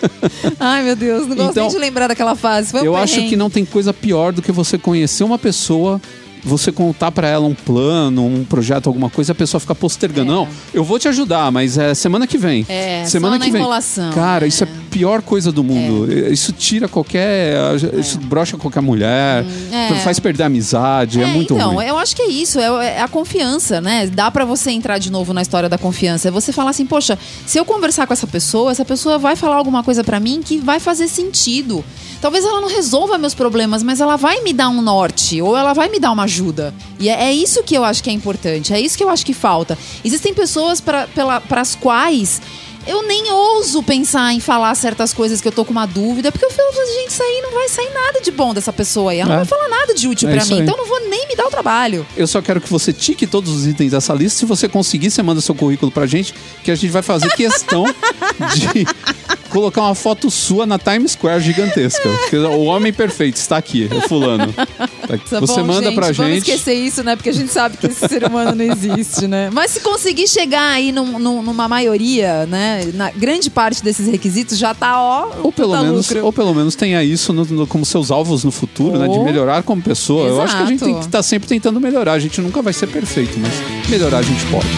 Ai, meu Deus. Não gosto nem de lembrar daquela fase. Foi um perrengue. Acho que não tem coisa pior do que você conhecer uma pessoa... Você contar pra ela um plano, um projeto, alguma coisa, a pessoa fica postergando. Não, eu vou te ajudar, mas é semana que vem. Semana que vem. Enrolação. Cara, isso é a pior coisa do mundo. Isso tira qualquer... Isso brocha qualquer mulher, faz perder a amizade, é muito ruim. Então, eu acho que é isso, é a confiança, né? Dá pra você entrar de novo na história da confiança. É você falar assim, poxa, se eu conversar com essa pessoa vai falar alguma coisa pra mim que vai fazer sentido. Talvez ela não resolva meus problemas, mas ela vai me dar um norte, ou ela vai me dar uma ajuda. E é isso que eu acho que é importante, é isso que eu acho que falta. Existem pessoas para as quais eu nem ouso pensar em falar certas coisas que eu tô com uma dúvida, porque eu falo, gente, isso aí não vai sair nada de bom dessa pessoa aí. Ela não vai falar nada de útil pra mim, então eu não vou nem me dar o trabalho. Eu só quero que você tique todos os itens dessa lista. Se você conseguir, você manda seu currículo pra gente, que a gente vai fazer questão de colocar uma foto sua na Times Square gigantesca. O homem perfeito está aqui, é fulano. Você manda pra gente. Vamos esquecer isso, né? Porque a gente sabe que esse ser humano não existe, né? Mas se conseguir chegar aí numa maioria, né? Na grande parte desses requisitos já tá, ou pelo menos tenha isso como seus alvos no futuro, né? De melhorar como pessoa. Exato. Eu acho que a gente tem que estar sempre tentando melhorar. A gente nunca vai ser perfeito, mas melhorar a gente pode.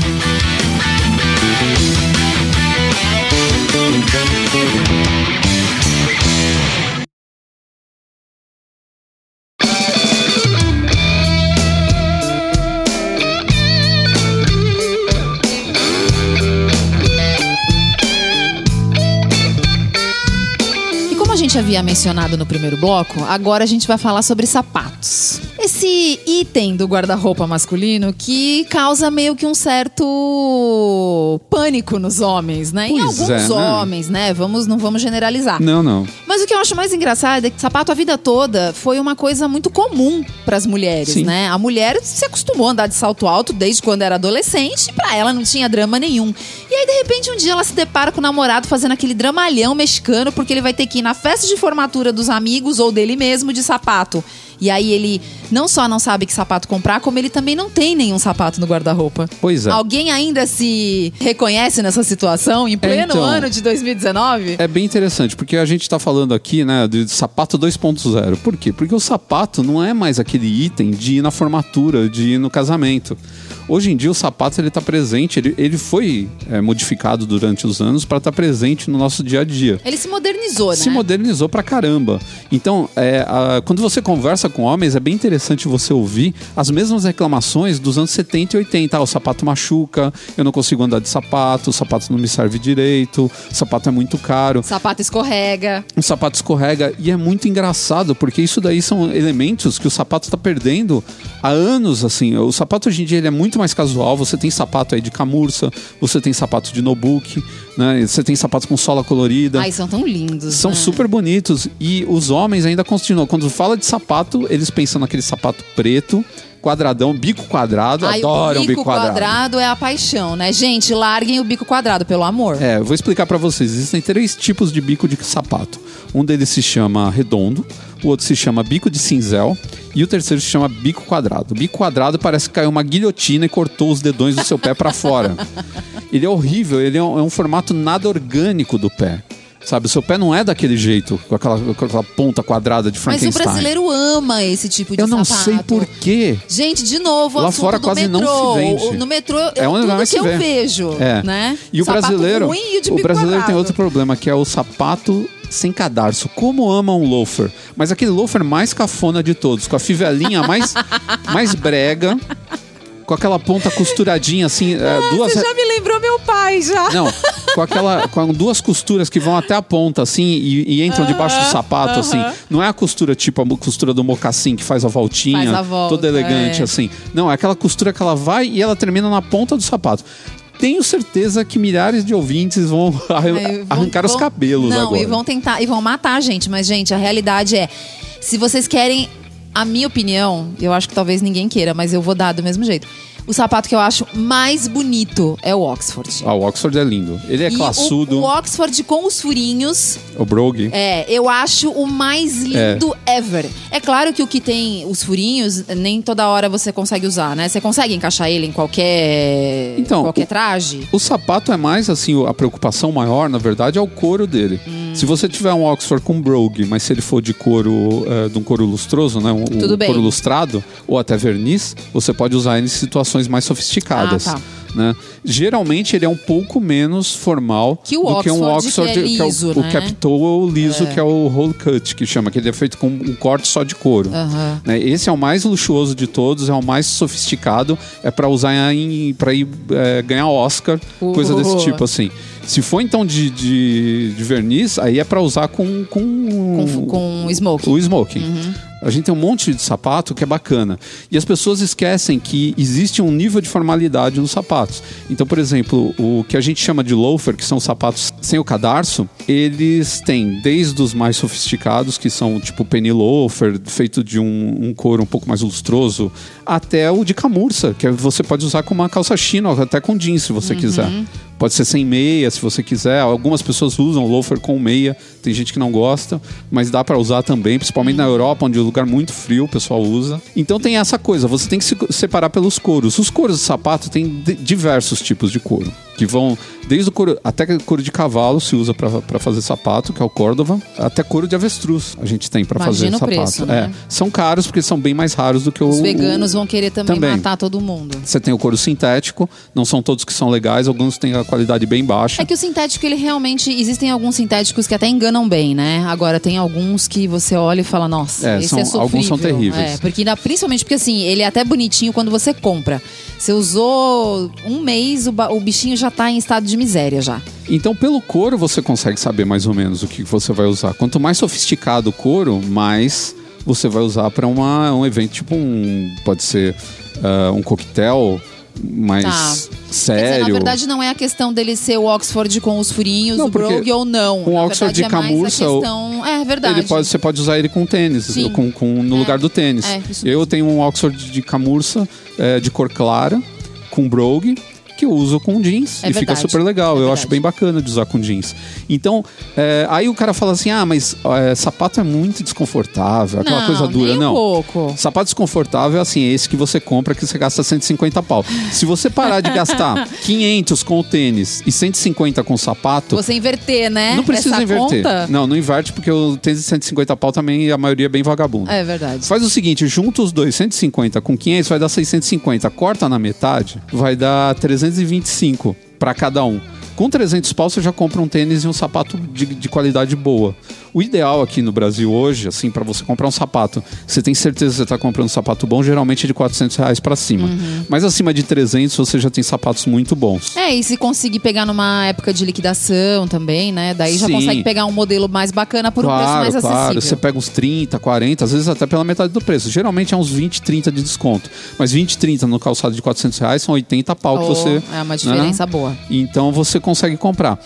gente havia mencionado no primeiro bloco, agora a gente vai falar sobre sapatos. Esse item do guarda-roupa masculino que causa meio que um certo pânico nos homens, né? Em alguns homens, né? Não vamos generalizar. Não. Mas o que eu acho mais engraçado é que sapato a vida toda foi uma coisa muito comum pras mulheres, Sim. né? A mulher se acostumou a andar de salto alto desde quando era adolescente e pra ela não tinha drama nenhum. E aí, de repente, um dia ela se depara com o namorado fazendo aquele dramalhão mexicano porque ele vai ter que ir na festa de formatura dos amigos ou dele mesmo de sapato. E aí ele não só não sabe que sapato comprar, como ele também não tem nenhum sapato no guarda-roupa. Pois é. Alguém ainda se reconhece nessa situação em pleno ano de 2019? É bem interessante, porque a gente tá falando aqui, né, de sapato 2.0. Por quê? Porque o sapato não é mais aquele item de ir na formatura, de ir no casamento. Hoje em dia o sapato ele tá presente, ele foi modificado durante os anos para estar presente no nosso dia a dia. Ele se modernizou, né? Se modernizou pra caramba. Então, quando você conversa com homens, é bem interessante você ouvir as mesmas reclamações dos anos 70 e 80. O sapato machuca, eu não consigo andar de sapato, o sapato não me serve direito, o sapato é muito caro. O sapato escorrega. O sapato escorrega. E é muito engraçado, porque isso daí são elementos que o sapato tá perdendo há anos, assim. O sapato hoje em dia ele é muito mais casual. Você tem sapato aí de camurça, você tem sapato de no-book, né? Você tem sapato com sola colorida. Ai, são tão lindos. São super bonitos. E os homens ainda continuam. Quando fala de sapato, eles pensam naquele sapato preto, quadradão, bico quadrado, adoram bico quadrado. O bico quadrado é a paixão, né? Gente, larguem o bico quadrado, pelo amor. Eu vou explicar pra vocês. Existem 3 tipos de bico de sapato. Um deles se chama redondo, o outro se chama bico de cinzel e o terceiro se chama bico quadrado. O bico quadrado parece que caiu uma guilhotina e cortou os dedões do seu pé pra fora. Ele é horrível, ele é um formato nada orgânico do pé. Sabe, o seu pé não é daquele jeito, com aquela ponta quadrada de Frankenstein. Mas o brasileiro ama esse tipo de sapato. Eu não sapato. sei por quê. Gente, de novo, lá fora quase metrô. não se vende. No metrô, onde tudo mais que se vê. eu vejo, né? E o brasileiro, ruim e o de bico brasileiro quadrado. tem outro problema, que é o sapato sem cadarço. Como ama um loafer. Mas aquele loafer mais cafona de todos, com a fivelinha mais brega, com aquela ponta costuradinha assim, duas... Você já me lembrou meu pai, já. Não, com 2 costuras que vão até a ponta, assim, e entram debaixo do sapato, assim. Não é a costura tipo a costura do mocassim, que faz a voltinha, faz a volta, toda elegante, assim. Não, é aquela costura que ela vai e ela termina na ponta do sapato. Tenho certeza que milhares de ouvintes vão arrancar os cabelos agora. Não, e vão tentar, e vão matar a gente. Mas, gente, a realidade é, se vocês querem a minha opinião, eu acho que talvez ninguém queira, mas eu vou dar do mesmo jeito. O sapato que eu acho mais bonito é o Oxford. O Oxford é lindo. Ele é classudo. O Oxford com os furinhos. O Brogue. Eu acho o mais lindo ever. É claro que o que tem os furinhos, nem toda hora você consegue usar, né? Você consegue encaixar ele em qualquer traje? O sapato é mais, assim, a preocupação maior, na verdade, é o couro dele. Se você tiver um Oxford com Brogue, mas se ele for de couro, de um couro lustroso, né? Couro lustrado, ou até verniz, você pode usar ele em situações mais sofisticadas. Né? Geralmente ele é um pouco menos formal do que um Oxford, que é liso, que é o Cap-Toe ou liso, que é o roll cut, que chama, que ele é feito com um corte só de couro. Né? Esse é o mais luxuoso de todos, é o mais sofisticado, é para usar para ir ganhar Oscar, coisa desse tipo, assim. Se for então de verniz, aí é para usar com smoking. O smoking. A gente tem um monte de sapato que é bacana. E as pessoas esquecem que existe um nível de formalidade nos sapatos. Então, por exemplo, o que a gente chama de loafer, que são sapatos sem o cadarço, eles têm desde os mais sofisticados, que são tipo penny loafer, feito de um couro um pouco mais lustroso, até o de camurça, que você pode usar com uma calça chino, até com jeans, se você quiser. Pode ser sem meia, se você quiser. Algumas pessoas usam loafer com meia. Tem gente que não gosta, mas dá pra usar também, principalmente na Europa, onde é um lugar muito frio, o pessoal usa. Então tem essa coisa, você tem que se separar pelos couros. Os couros de sapato tem diversos tipos de couro, que vão desde o couro, até couro de cavalo se usa pra fazer sapato, que é o Córdoba, até couro de avestruz a gente tem pra fazer sapato. Preço, né? São caros porque são bem mais raros do que os veganos vão querer também matar todo mundo. Você tem o couro sintético, não são todos que são legais, alguns têm a qualidade bem baixa. É que o sintético, ele realmente... Existem alguns sintéticos que até enganam bem, né? Agora, tem alguns que você olha e fala, nossa, esse é sofrível. Alguns são terríveis. Principalmente porque, assim, ele é até bonitinho quando você compra. Você usou um mês, o bichinho já tá em estado de miséria já. Então, pelo couro, você consegue saber mais ou menos o que você vai usar. Quanto mais sofisticado o couro, mais você vai usar para um evento, tipo pode ser um coquetel mais sério. Quer dizer, na verdade, não é a questão dele ser o Oxford com os furinhos, o Brogue ou não. Com o Oxford de camurça, é verdade. Você pode usar ele com tênis, no lugar do tênis. Eu tenho um Oxford de camurça de cor clara, com Brogue, que eu uso com jeans e fica super legal. Eu acho bem bacana de usar com jeans. Então, aí o cara fala assim, mas sapato é muito desconfortável, aquela coisa dura. Nem um pouco. Sapato desconfortável é assim, esse que você compra que você gasta 150 pau. Se você parar de gastar 500 com o tênis e 150 com o sapato... Você inverter, né? Não precisa inverter. Conta? Não inverte, porque o tênis de 150 pau também, a maioria é bem vagabundo. É verdade. Faz o seguinte, junta os dois, 150 com 500, vai dar 650. Corta na metade, vai dar 325 para cada um. Com 300 pau você já compra um tênis e um sapato de qualidade boa. O ideal aqui no Brasil hoje, assim, para você comprar um sapato, você tem certeza que você está comprando um sapato bom, geralmente é de R$400 para cima. Mas acima de 300 você já tem sapatos muito bons. E se conseguir pegar numa época de liquidação também, né? Daí já consegue pegar um modelo mais bacana por um preço mais acessível. Claro, você pega uns 30, 40, às vezes até pela metade do preço. Geralmente é uns 20, 30 de desconto. Mas 20, 30 no calçado de R$400 são 80 pau que você... É uma diferença boa. Então você consegue comprar.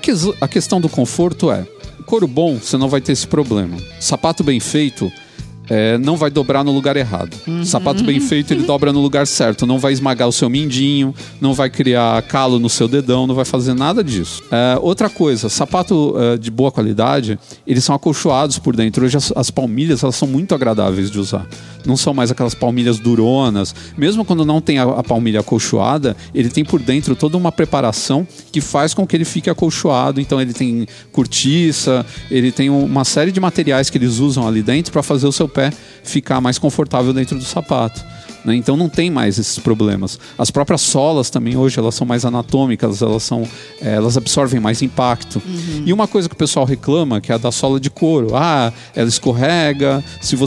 A questão do conforto couro bom, você não vai ter esse problema. Sapato bem feito, não vai dobrar no lugar errado. Sapato bem feito, ele dobra no lugar certo. Não vai esmagar o seu mindinho, não vai criar calo no seu dedão, não vai fazer nada disso. Outra coisa, sapato de boa qualidade, eles são acolchoados por dentro. Hoje as palmilhas, elas são muito agradáveis de usar. Não são mais aquelas palmilhas duronas. Mesmo quando não tem a palmilha acolchoada, ele tem por dentro toda uma preparação que faz com que ele fique acolchoado. Então ele tem cortiça, ele tem uma série de materiais que eles usam ali dentro para fazer o seu pé ficar mais confortável dentro do sapato, né? Então não tem mais esses problemas. As próprias solas também hoje, elas são mais anatômicas, elas absorvem mais impacto. E uma coisa que o pessoal reclama, que é a da sola de couro. Ela escorrega.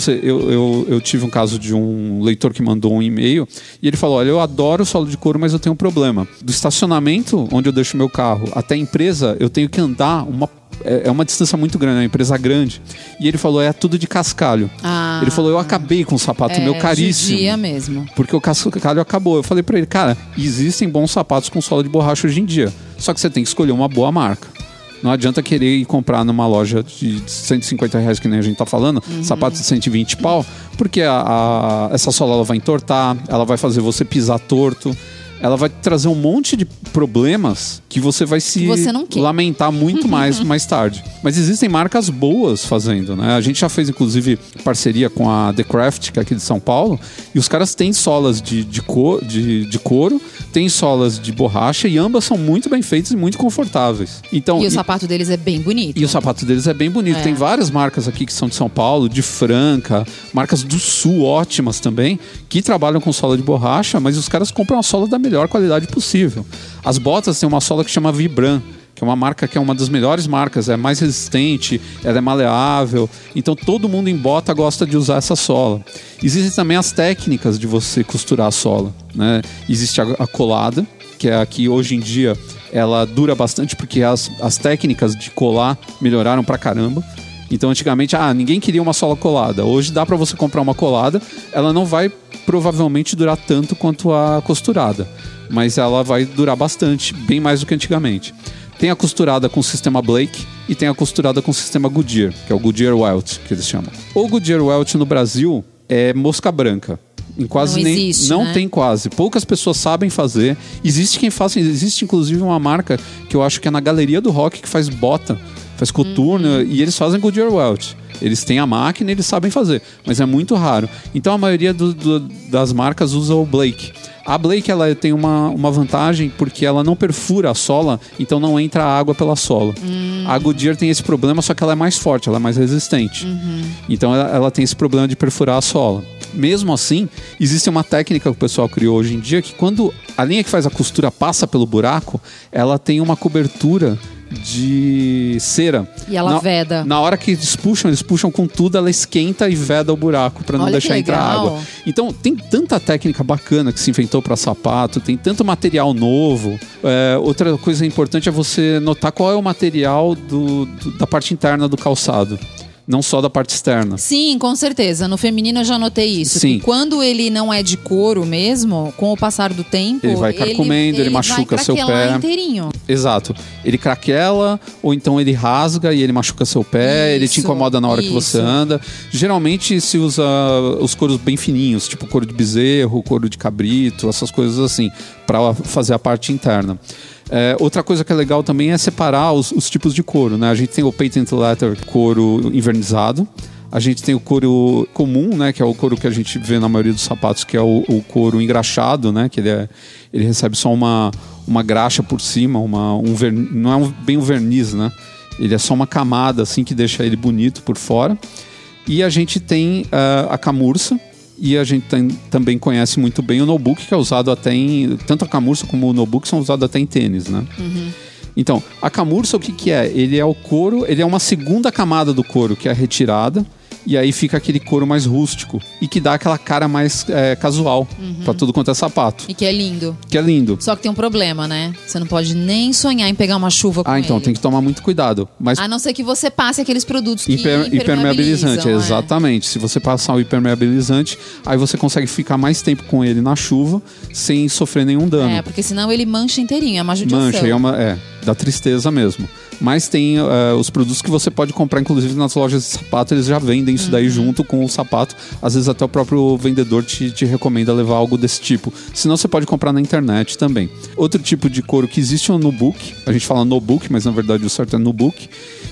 Eu tive um caso de um leitor que mandou um e-mail e ele falou: olha, eu adoro sola de couro, mas eu tenho um problema. Do estacionamento onde eu deixo meu carro até a empresa, eu tenho que andar uma distância muito grande, é uma empresa grande. E ele falou, é tudo de cascalho. Ele falou, eu acabei com o sapato meu caríssimo. Judia mesmo. Porque o cascalho acabou. Eu falei pra ele, cara, existem bons sapatos com sola de borracha hoje em dia. Só que você tem que escolher uma boa marca. Não adianta querer ir comprar numa loja de R$150, que nem a gente tá falando, sapato de 120 pau, porque essa sola ela vai entortar, ela vai fazer você pisar torto. Ela vai trazer um monte de problemas que você vai se lamentar muito mais tarde. Mas existem marcas boas fazendo, né? A gente já fez, inclusive, parceria com a The Craft, que é aqui de São Paulo, e os caras têm solas de couro, têm solas de borracha, e ambas são muito bem feitas e muito confortáveis. Então, o sapato deles é bem bonito. E o sapato deles é bem bonito. Tem várias marcas aqui que são de São Paulo, de Franca, marcas do Sul ótimas também, que trabalham com sola de borracha, mas os caras compram a sola da melhor qualidade possível. As botas têm uma sola que chama Vibram, que é uma marca que é uma das melhores marcas, é mais resistente, ela é maleável, então todo mundo em bota gosta de usar essa sola. Existem também as técnicas de você costurar a sola, né? Existe a colada, que é aqui hoje em dia ela dura bastante porque as técnicas de colar melhoraram pra caramba. Então antigamente, ninguém queria uma sola colada. Hoje dá pra você comprar uma colada, ela não vai provavelmente durar tanto quanto a costurada, mas ela vai durar bastante, bem mais do que antigamente. Tem a costurada com o sistema Blake e tem a costurada com o sistema Goodyear, que é o Goodyear Welt, que eles chamam. O Goodyear Welt no Brasil é mosca branca. Não tem quase. Poucas pessoas sabem fazer. Existe quem faça. Existe inclusive uma marca que eu acho que é na Galeria do Rock, que faz bota, faz coturno, e eles fazem Goodyear Welt. Eles têm a máquina e eles sabem fazer, mas é muito raro. Então a maioria das marcas usa o Blake. A Blake ela tem uma vantagem porque ela não perfura a sola, então não entra água pela sola. A Goodyear tem esse problema, só que ela é mais forte, ela é mais resistente. Então ela tem esse problema de perfurar a sola. Mesmo assim, existe uma técnica que o pessoal criou hoje em dia, que quando a linha que faz a costura passa pelo buraco, ela tem uma cobertura de cera. E ela veda. Na hora que eles puxam com tudo, ela esquenta e veda o buraco para não deixar entrar água. Então tem tanta técnica bacana que se inventou para sapato, tem tanto material novo. Outra coisa importante é você notar qual é o material da parte interna do calçado. Não só da parte externa. Sim, com certeza. No feminino eu já notei isso. Sim. Que quando ele não é de couro mesmo, com o passar do tempo... Ele vai carcomendo, ele machuca seu pé. Inteirinho. Exato. Ele craquela, ou então ele rasga e ele machuca seu pé, ele te incomoda na hora que você anda. Geralmente se usa os couros bem fininhos, tipo couro de bezerro, couro de cabrito, essas coisas assim, para fazer a parte interna. Outra coisa que é legal também é separar os tipos de couro, né? A gente tem o patent leather, couro invernizado. A gente tem o couro comum, né? Que é o couro que a gente vê na maioria dos sapatos, que é o couro engraxado, né? Que ele recebe só uma graxa por cima, não é bem um verniz, né? Ele é só uma camada assim que deixa ele bonito por fora. E a gente tem a camurça. E a gente também conhece muito bem o no-book, que é usado até tanto a camurça como o no-book são usados até em tênis, né? Então, a camurça, o que é? Ele é o couro, ele é uma segunda camada do couro que é retirada, e aí fica aquele couro mais rústico e que dá aquela cara mais casual pra tudo quanto é sapato. E que é lindo. Que é lindo. Só que tem um problema, né? Você não pode nem sonhar em pegar uma chuva com então ele. Tem que tomar muito cuidado. Mas a não ser que você passe aqueles produtos que impermeabilizante, exatamente. Se você passar o impermeabilizante, aí você consegue ficar mais tempo com ele na chuva sem sofrer nenhum dano. Porque senão ele mancha inteirinho, é uma judiação. Mancha, dá tristeza mesmo. Mas tem os produtos que você pode comprar, inclusive nas lojas de sapato, eles já vendem isso daí junto com o sapato. Às vezes até o próprio vendedor te recomenda levar algo desse tipo. Senão você pode comprar na internet também. Outro tipo de couro que existe é o nubuck. A gente fala nubuck, mas na verdade o certo é nubuck.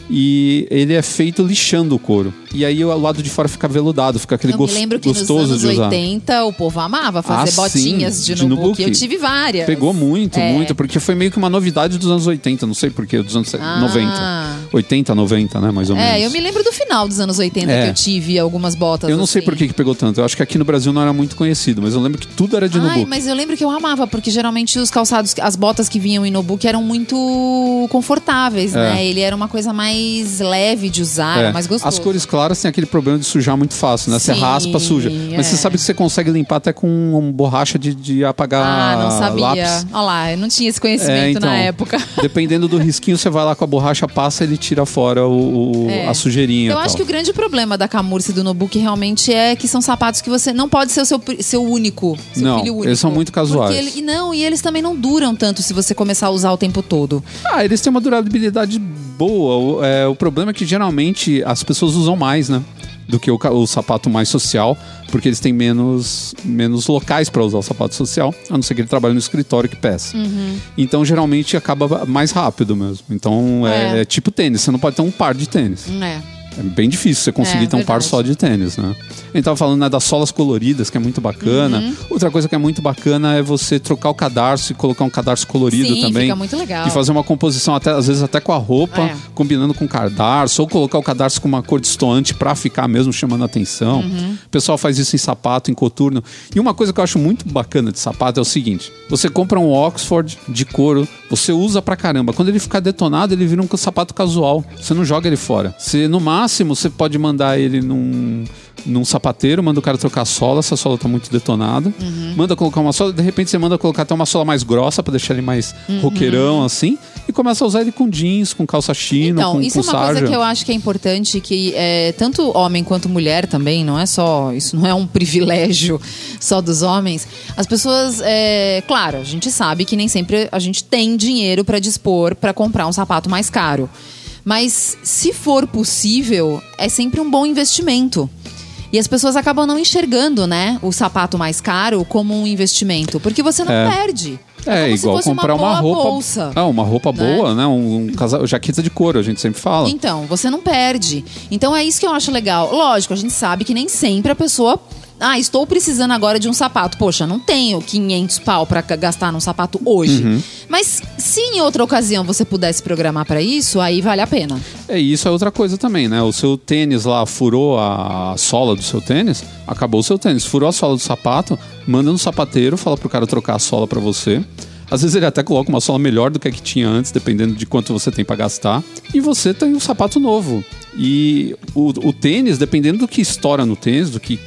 E ele é feito lixando o couro. E aí o lado de fora fica veludado, fica aquele gostoso de usar. Eu me lembro que nos anos 80 o povo amava fazer botinhas de nubuck. Eu tive várias. Pegou muito, porque foi meio que uma novidade dos anos 80, não sei porquê, dos anos 90. 80, 90, né, mais ou menos. Eu me lembro do final dos anos 80 que eu tive algumas botas. Eu não sei por que pegou tanto. Eu acho que aqui no Brasil não era muito conhecido, mas eu lembro que tudo era de nubuck. Mas eu lembro que eu amava, porque geralmente os calçados, as botas que vinham em nubuck eram muito confortáveis, né? Ele era uma coisa mais leve de usar, era mais gostoso. As cores claras têm aquele problema de sujar muito fácil, né? Você raspa, suja. Mas você sabe que você consegue limpar até com uma borracha de apagar não sabia. lápis. Olha lá, eu não tinha esse conhecimento na época. Dependendo do risquinho, você vai lá com a borracha, passa, ele tira fora a sujeirinha. Eu acho que o grande problema da Camurça e do nubuck realmente é que são sapatos que você não pode ser o seu único, seu filho único. Eles são muito casuais. E eles também não duram tanto se você começar a usar o tempo todo. Eles têm uma durabilidade boa. O problema é que geralmente as pessoas usam mais, né? Do que o sapato mais social, porque eles têm menos locais para usar o sapato social, a não ser que ele trabalhe no escritório que peça. Então, geralmente, acaba mais rápido mesmo. Então, é tipo tênis. Você não pode ter um par de tênis. É bem difícil você conseguir ter um par só de tênis, né? A gente tava falando das solas coloridas, que é muito bacana. Outra coisa que é muito bacana é você trocar o cadarço e colocar um cadarço colorido também. Fica muito legal. E fazer uma composição, às vezes até com a roupa, combinando com o cadarço, ou colocar o cadarço com uma cor destoante pra ficar mesmo chamando a atenção. O pessoal faz isso em sapato, em coturno. E uma coisa que eu acho muito bacana de sapato é o seguinte: você compra um Oxford de couro, você usa pra caramba. Quando ele ficar detonado, ele vira um sapato casual. Você não joga ele fora. No máximo, você pode mandar ele num sapateiro, manda o cara trocar a sola, se a sola tá muito detonada. Manda colocar uma sola, de repente você manda colocar até uma sola mais grossa pra deixar ele mais roqueirão, assim. E começa a usar ele com jeans, com calça chino, com isso é uma sarja. coisa que eu acho que é importante, que tanto homem quanto mulher também, não é só... Isso não é um privilégio só dos homens. As pessoas... claro, a gente sabe que nem sempre a gente tem dinheiro pra dispor pra comprar um sapato mais caro. Mas, se for possível, é sempre um bom investimento. E as pessoas acabam não enxergando, né, o sapato mais caro como um investimento. Porque você não perde. É igual comprar uma roupa. Bolsa, uma roupa boa, né? Jaqueta de couro, a gente sempre fala. Então, você não perde. Então é isso que eu acho legal. Lógico, a gente sabe que nem sempre a pessoa... estou precisando agora de um sapato. Poxa, não tenho 500 pau pra gastar num sapato hoje. Mas se em outra ocasião você pudesse programar pra isso, aí vale a pena. Isso é outra coisa também, né? O seu tênis lá furou a sola do seu tênis, acabou o seu tênis. Furou a sola do sapato, manda no sapateiro, fala pro cara trocar a sola pra você. Às vezes ele até coloca uma sola melhor do que a que tinha antes, dependendo de quanto você tem pra gastar. E você tem um sapato novo. E o tênis, dependendo do que estoura no tênis, do que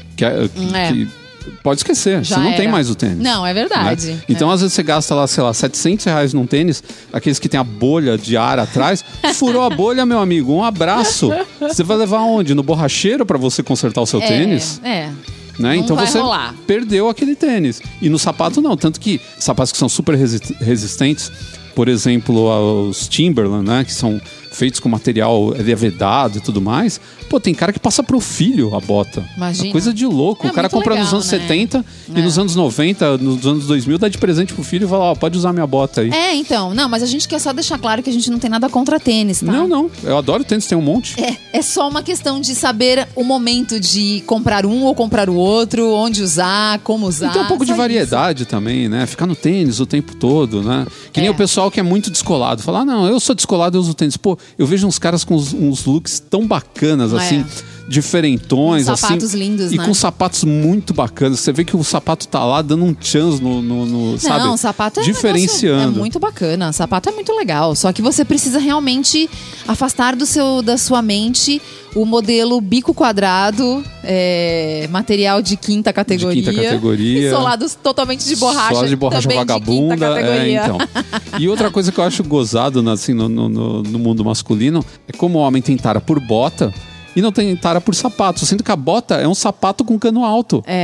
pode esquecer, você não tem mais o tênis. Não, é verdade. Né? Então, às vezes você gasta lá, sei lá, R$700 num tênis, aqueles que tem a bolha de ar atrás, furou a bolha, meu amigo, um abraço. Você vai levar onde? No borracheiro pra você consertar o seu tênis? Né? Então você perdeu aquele tênis. E no sapato não, tanto que sapatos que são super resistentes, por exemplo, aos Timberland, né, que são feitos com material vedado e tudo mais. Pô, tem cara que passa pro filho a bota. Imagina. É coisa de louco. O cara compra legal, nos anos 70 e nos anos 90, nos anos 2000, dá de presente pro filho e fala, pode usar minha bota aí. Então. Não, mas a gente quer só deixar claro que a gente não tem nada contra tênis, tá? Não. Eu adoro tênis, tem um monte. É só uma questão de saber o momento de comprar um ou comprar o outro, onde usar, como usar. E tem um pouco de variedade também, né? Ficar no tênis o tempo todo, né? Que nem o pessoal que é muito descolado. Fala, não, eu sou descolado, eu uso tênis. Pô, eu vejo uns caras com uns looks tão bacanas, assim, diferentões, com sapatos lindos, e né? com sapatos muito bacanas. Você vê que o sapato tá lá dando um chance sabe? Não, o sapato diferenciando. É muito bacana, o sapato é muito legal. Só que você precisa realmente afastar da sua mente o modelo bico quadrado, material de quinta categoria. E solados totalmente de borracha. Solados de borracha vagabunda. Então. E outra coisa que eu acho gozado assim, no mundo masculino é como o homem tem tara por bota e não tem tara por sapato. Sendo que a bota é um sapato com cano alto.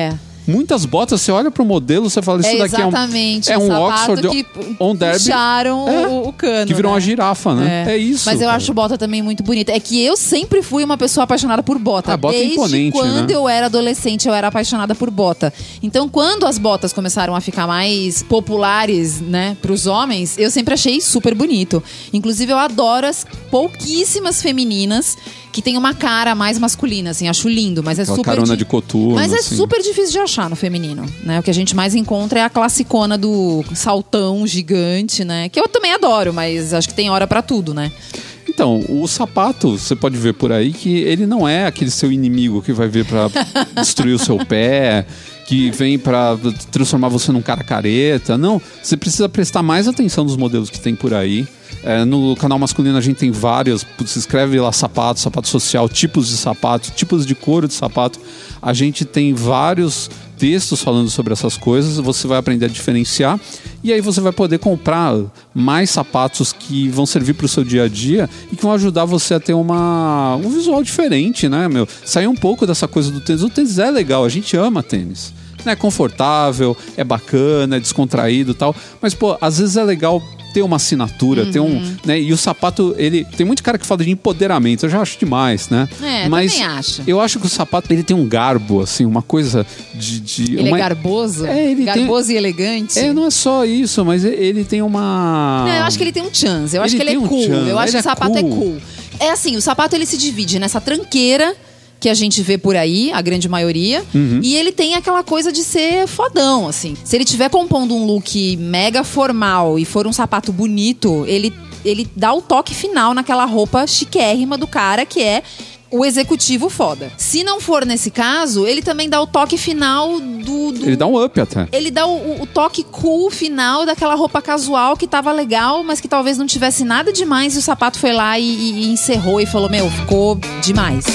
Muitas botas, você olha pro modelo, você fala, isso daqui exatamente, é um Oxford que on Derby. Puxaram o cano, que virou né? uma girafa, né? É isso. Mas eu acho bota também muito bonita. É que eu sempre fui uma pessoa apaixonada por bota. A bota é Desde imponente, quando né? eu era adolescente, eu era apaixonada por bota. Então, quando as botas começaram a ficar mais populares, né, pros homens, eu sempre achei super bonito. Inclusive, eu adoro as pouquíssimas femininas que tem uma cara mais masculina, assim, acho lindo, mas é aquela super... carona de coturno, Mas é assim. super difícil de achar no feminino, né? O que a gente mais encontra é a classicona do saltão gigante, né? Que eu também adoro, mas acho que tem hora pra tudo, né? Então, o sapato, você pode ver por aí que ele não é aquele seu inimigo que vai vir pra destruir o seu pé, que vem pra transformar você num cara careta. Não, você precisa prestar mais atenção nos modelos que tem por aí. No canal masculino a gente tem vários, se escreve lá sapato social, tipos de sapato, tipos de couro de sapato. A gente tem vários textos falando sobre essas coisas, você vai aprender a diferenciar e aí você vai poder comprar mais sapatos que vão servir para o seu dia a dia e que vão ajudar você a ter um visual diferente, né, meu? Sair um pouco dessa coisa do tênis. O tênis é legal, a gente ama tênis. É confortável, é bacana, é descontraído e tal, mas, pô, às vezes é legal ter uma assinatura, ter né? E o sapato, ele... Tem muito cara que fala de empoderamento, eu já acho demais, né? Mas também acho. Eu acho que o sapato, ele tem um garbo, assim, uma coisa de Ele é garboso? Garboso e elegante? Não é só isso, mas ele tem uma... Não, eu acho que ele tem um chance, eu acho que ele é cool. Eu acho que o sapato é cool. É assim, o sapato ele se divide nessa tranqueira que a gente vê por aí, a grande maioria, e ele tem aquela coisa de ser fodão, assim. Se ele estiver compondo um look mega formal e for um sapato bonito, ele dá o toque final naquela roupa chiquérrima do cara, que é o executivo foda. Se não for nesse caso, ele também dá o toque final do... Ele dá um up até. Ele dá o toque cool final daquela roupa casual que tava legal, mas que talvez não tivesse nada demais, e o sapato foi lá e encerrou e falou, meu, ficou demais.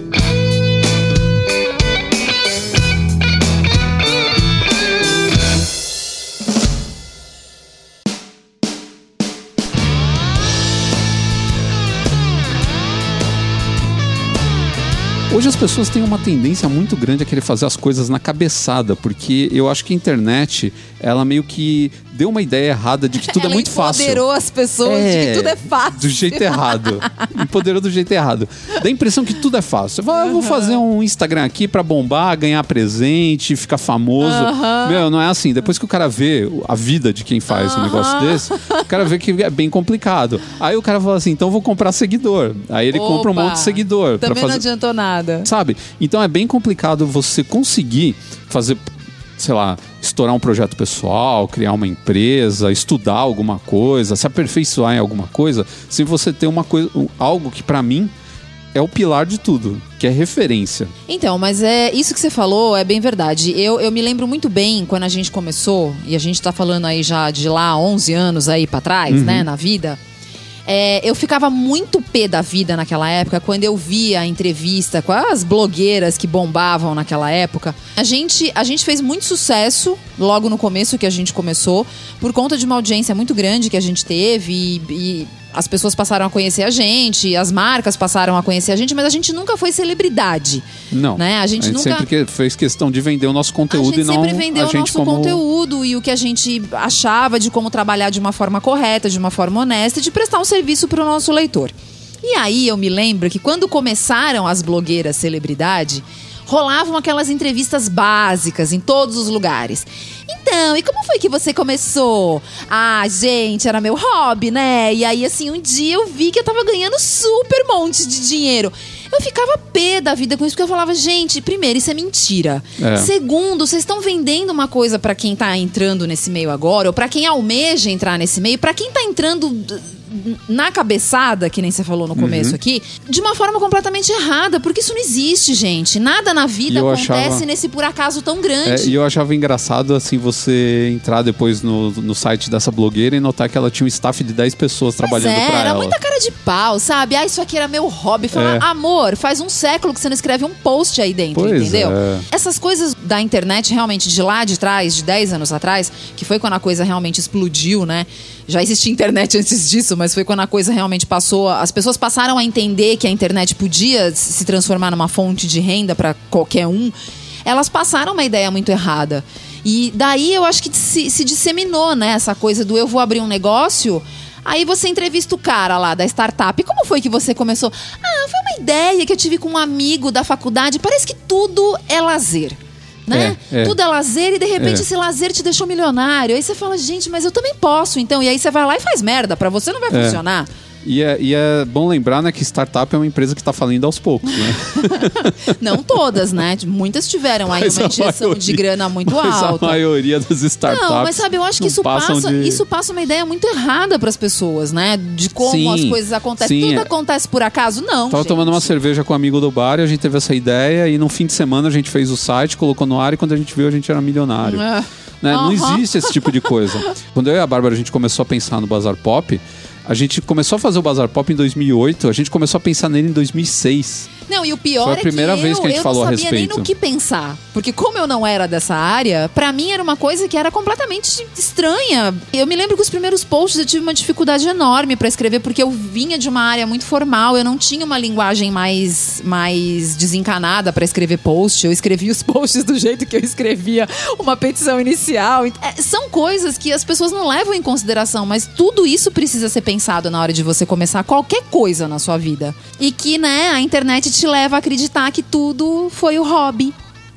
Hoje as pessoas têm uma tendência muito grande a querer fazer as coisas na cabeçada, porque eu acho que a internet, ela meio que deu uma ideia errada de que tudo é muito fácil. Ela empoderou as pessoas de que tudo é fácil. Do jeito errado. Empoderou do jeito errado. Dá a impressão que tudo é fácil. Você fala, eu vou fazer um Instagram aqui pra bombar, ganhar presente, ficar famoso. Meu, não é assim. Depois que o cara vê a vida de quem faz um negócio desse, o cara vê que é bem complicado. Aí o cara fala assim, então eu vou comprar seguidor. Aí ele compra um monte de seguidor. Também não adiantou nada. Sabe? Então é bem complicado você conseguir fazer, sei lá, estourar um projeto pessoal, criar uma empresa, estudar alguma coisa, se aperfeiçoar em alguma coisa, se você ter uma coisa, algo que pra mim é o pilar de tudo, que é referência. Então, mas isso que você falou é bem verdade. Eu me lembro muito bem quando a gente começou, e a gente tá falando aí já de lá 11 anos aí pra trás, né, na vida. Eu ficava muito pé da vida naquela época, quando eu via a entrevista com as blogueiras que bombavam naquela época. A gente fez muito sucesso logo no começo que a gente começou, por conta de uma audiência muito grande que a gente teve e as pessoas passaram a conhecer a gente, as marcas passaram a conhecer a gente, mas a gente nunca foi celebridade. Não. Né? A gente nunca sempre fez questão de vender o nosso conteúdo e não a gente sempre vendeu o nosso conteúdo e o que a gente achava de como trabalhar de uma forma correta, de uma forma honesta e de prestar um serviço para o nosso leitor. E aí eu me lembro que quando começaram as blogueiras celebridade, rolavam aquelas entrevistas básicas em todos os lugares. Então, e como foi que você começou? Ah, gente, era meu hobby, né? E aí, assim, um dia eu vi que eu tava ganhando super monte de dinheiro. Eu ficava pé da vida com isso, porque eu falava, gente, primeiro, isso é mentira. Segundo, vocês estão vendendo uma coisa pra quem tá entrando nesse meio agora, ou pra quem almeja entrar nesse meio, pra quem tá entrando na cabeçada, que nem você falou no começo aqui, de uma forma completamente errada, porque isso não existe, gente. Nada na vida acontece nesse por acaso tão grande. E eu achava engraçado, assim, você entrar depois no site dessa blogueira e notar que ela tinha um staff de 10 pessoas trabalhando pra ela. Era muita cara de pau, sabe? Ah, isso aqui era meu hobby. Falar, amor, faz um século que você não escreve um post aí dentro, entendeu? Essas coisas da internet, realmente, de lá de trás, de 10 anos atrás, que foi quando a coisa realmente explodiu, né? Já existia internet antes disso, mas foi quando a coisa realmente passou. As pessoas passaram a entender que a internet podia se transformar numa fonte de renda para qualquer um. elas passaram uma ideia muito errada. E daí eu acho que se disseminou, né, essa coisa do eu vou abrir um negócio. Aí você entrevista o cara lá da startup. Como foi que você começou? Foi uma ideia que eu tive com um amigo da faculdade. Parece que tudo é lazer, né? Tudo é lazer e de repente esse lazer te deixou milionário. Aí você fala, gente, mas eu também posso, então. E aí você vai lá e faz merda. Pra você não vai funcionar. E é bom lembrar, né, que startup é uma empresa que está falindo aos poucos, né? Não todas, né? Muitas tiveram aí uma injeção de grana muito alta. A maioria das startups. Não, mas sabe, eu acho que isso passa uma ideia muito errada para as pessoas, né? De como as coisas acontecem. Tudo acontece por acaso? Não. Tava tomando uma cerveja com um amigo do bar e a gente teve essa ideia e no fim de semana a gente fez o site, colocou no ar e quando a gente viu a gente era milionário. Né? Não existe esse tipo de coisa. Quando eu e a Bárbara a gente começou a pensar no Bazar Pop, a gente começou a fazer o Bazar Pop em 2008, a gente começou a pensar nele em 2006. Não, e o pior foi a primeira vez que a gente falou a respeito. Eu não sabia nem no que pensar. Porque como eu não era dessa área, pra mim era uma coisa que era completamente estranha. Eu me lembro que os primeiros posts eu tive uma dificuldade enorme pra escrever, porque eu vinha de uma área muito formal, eu não tinha uma linguagem mais desencanada pra escrever post. Eu escrevia os posts do jeito que eu escrevia uma petição inicial. São coisas que as pessoas não levam em consideração, mas tudo isso precisa ser pensado na hora de você começar qualquer coisa na sua vida. E que, né, a internet te leva a acreditar que tudo foi o hobby.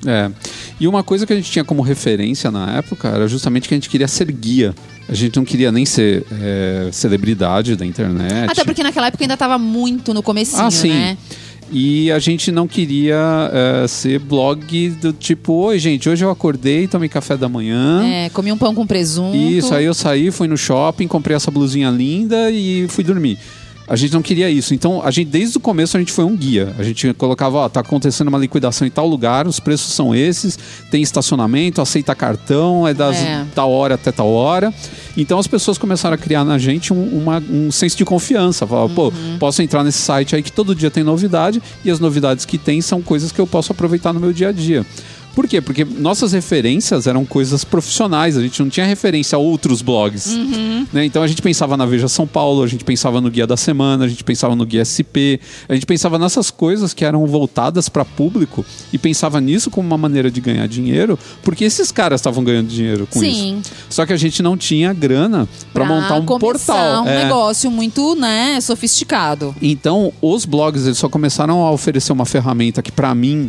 E uma coisa que a gente tinha como referência na época era justamente que a gente queria ser guia. A gente não queria nem ser celebridade da internet. Até porque naquela época ainda estava muito no comecinho, né? E a gente não queria ser blog do tipo, oi gente, hoje eu acordei, tomei café da manhã. Comi um pão com presunto. Isso, aí eu saí, fui no shopping, comprei essa blusinha linda e fui dormir. A gente não queria isso. Então, desde o começo, a gente foi um guia. A gente colocava, tá acontecendo uma liquidação em tal lugar, os preços são esses, tem estacionamento, aceita cartão, das tal hora até tal hora. Então, as pessoas começaram a criar na gente um senso de confiança. Falavam, posso entrar nesse site aí que todo dia tem novidade e as novidades que tem são coisas que eu posso aproveitar no meu dia a dia. Por quê? Porque nossas referências eram coisas profissionais, a gente não tinha referência a outros blogs. Né? Então a gente pensava na Veja São Paulo, a gente pensava no Guia da Semana, a gente pensava no Guia SP, a gente pensava nessas coisas que eram voltadas para público e pensava nisso como uma maneira de ganhar dinheiro, porque esses caras estavam ganhando dinheiro com isso. Só que a gente não tinha grana para montar um portal. Um negócio muito, né, sofisticado. Então os blogs eles só começaram a oferecer uma ferramenta que para mim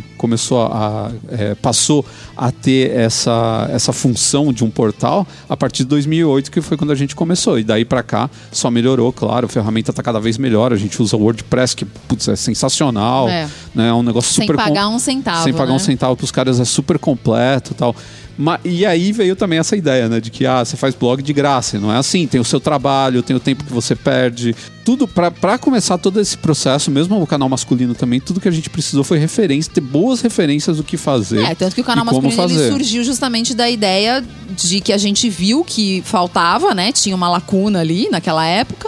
passou a ter essa função de um portal a partir de 2008, que foi quando a gente começou. E daí pra cá só melhorou, claro. A ferramenta tá cada vez melhor. A gente usa o WordPress, que putz, é sensacional. Né? É um negócio super... Sem pagar um centavo. Sem pagar um centavo pros caras, é super completo e tal. E aí veio também essa ideia, né? De que você faz blog de graça. Não é assim, tem o seu trabalho, tem o tempo que você perde. Tudo, pra começar todo esse processo, mesmo o canal masculino também, tudo que a gente precisou foi referência, ter boas referências do que fazer. Tanto que o canal masculino ele surgiu justamente da ideia de que a gente viu que faltava, né? Tinha uma lacuna ali naquela época.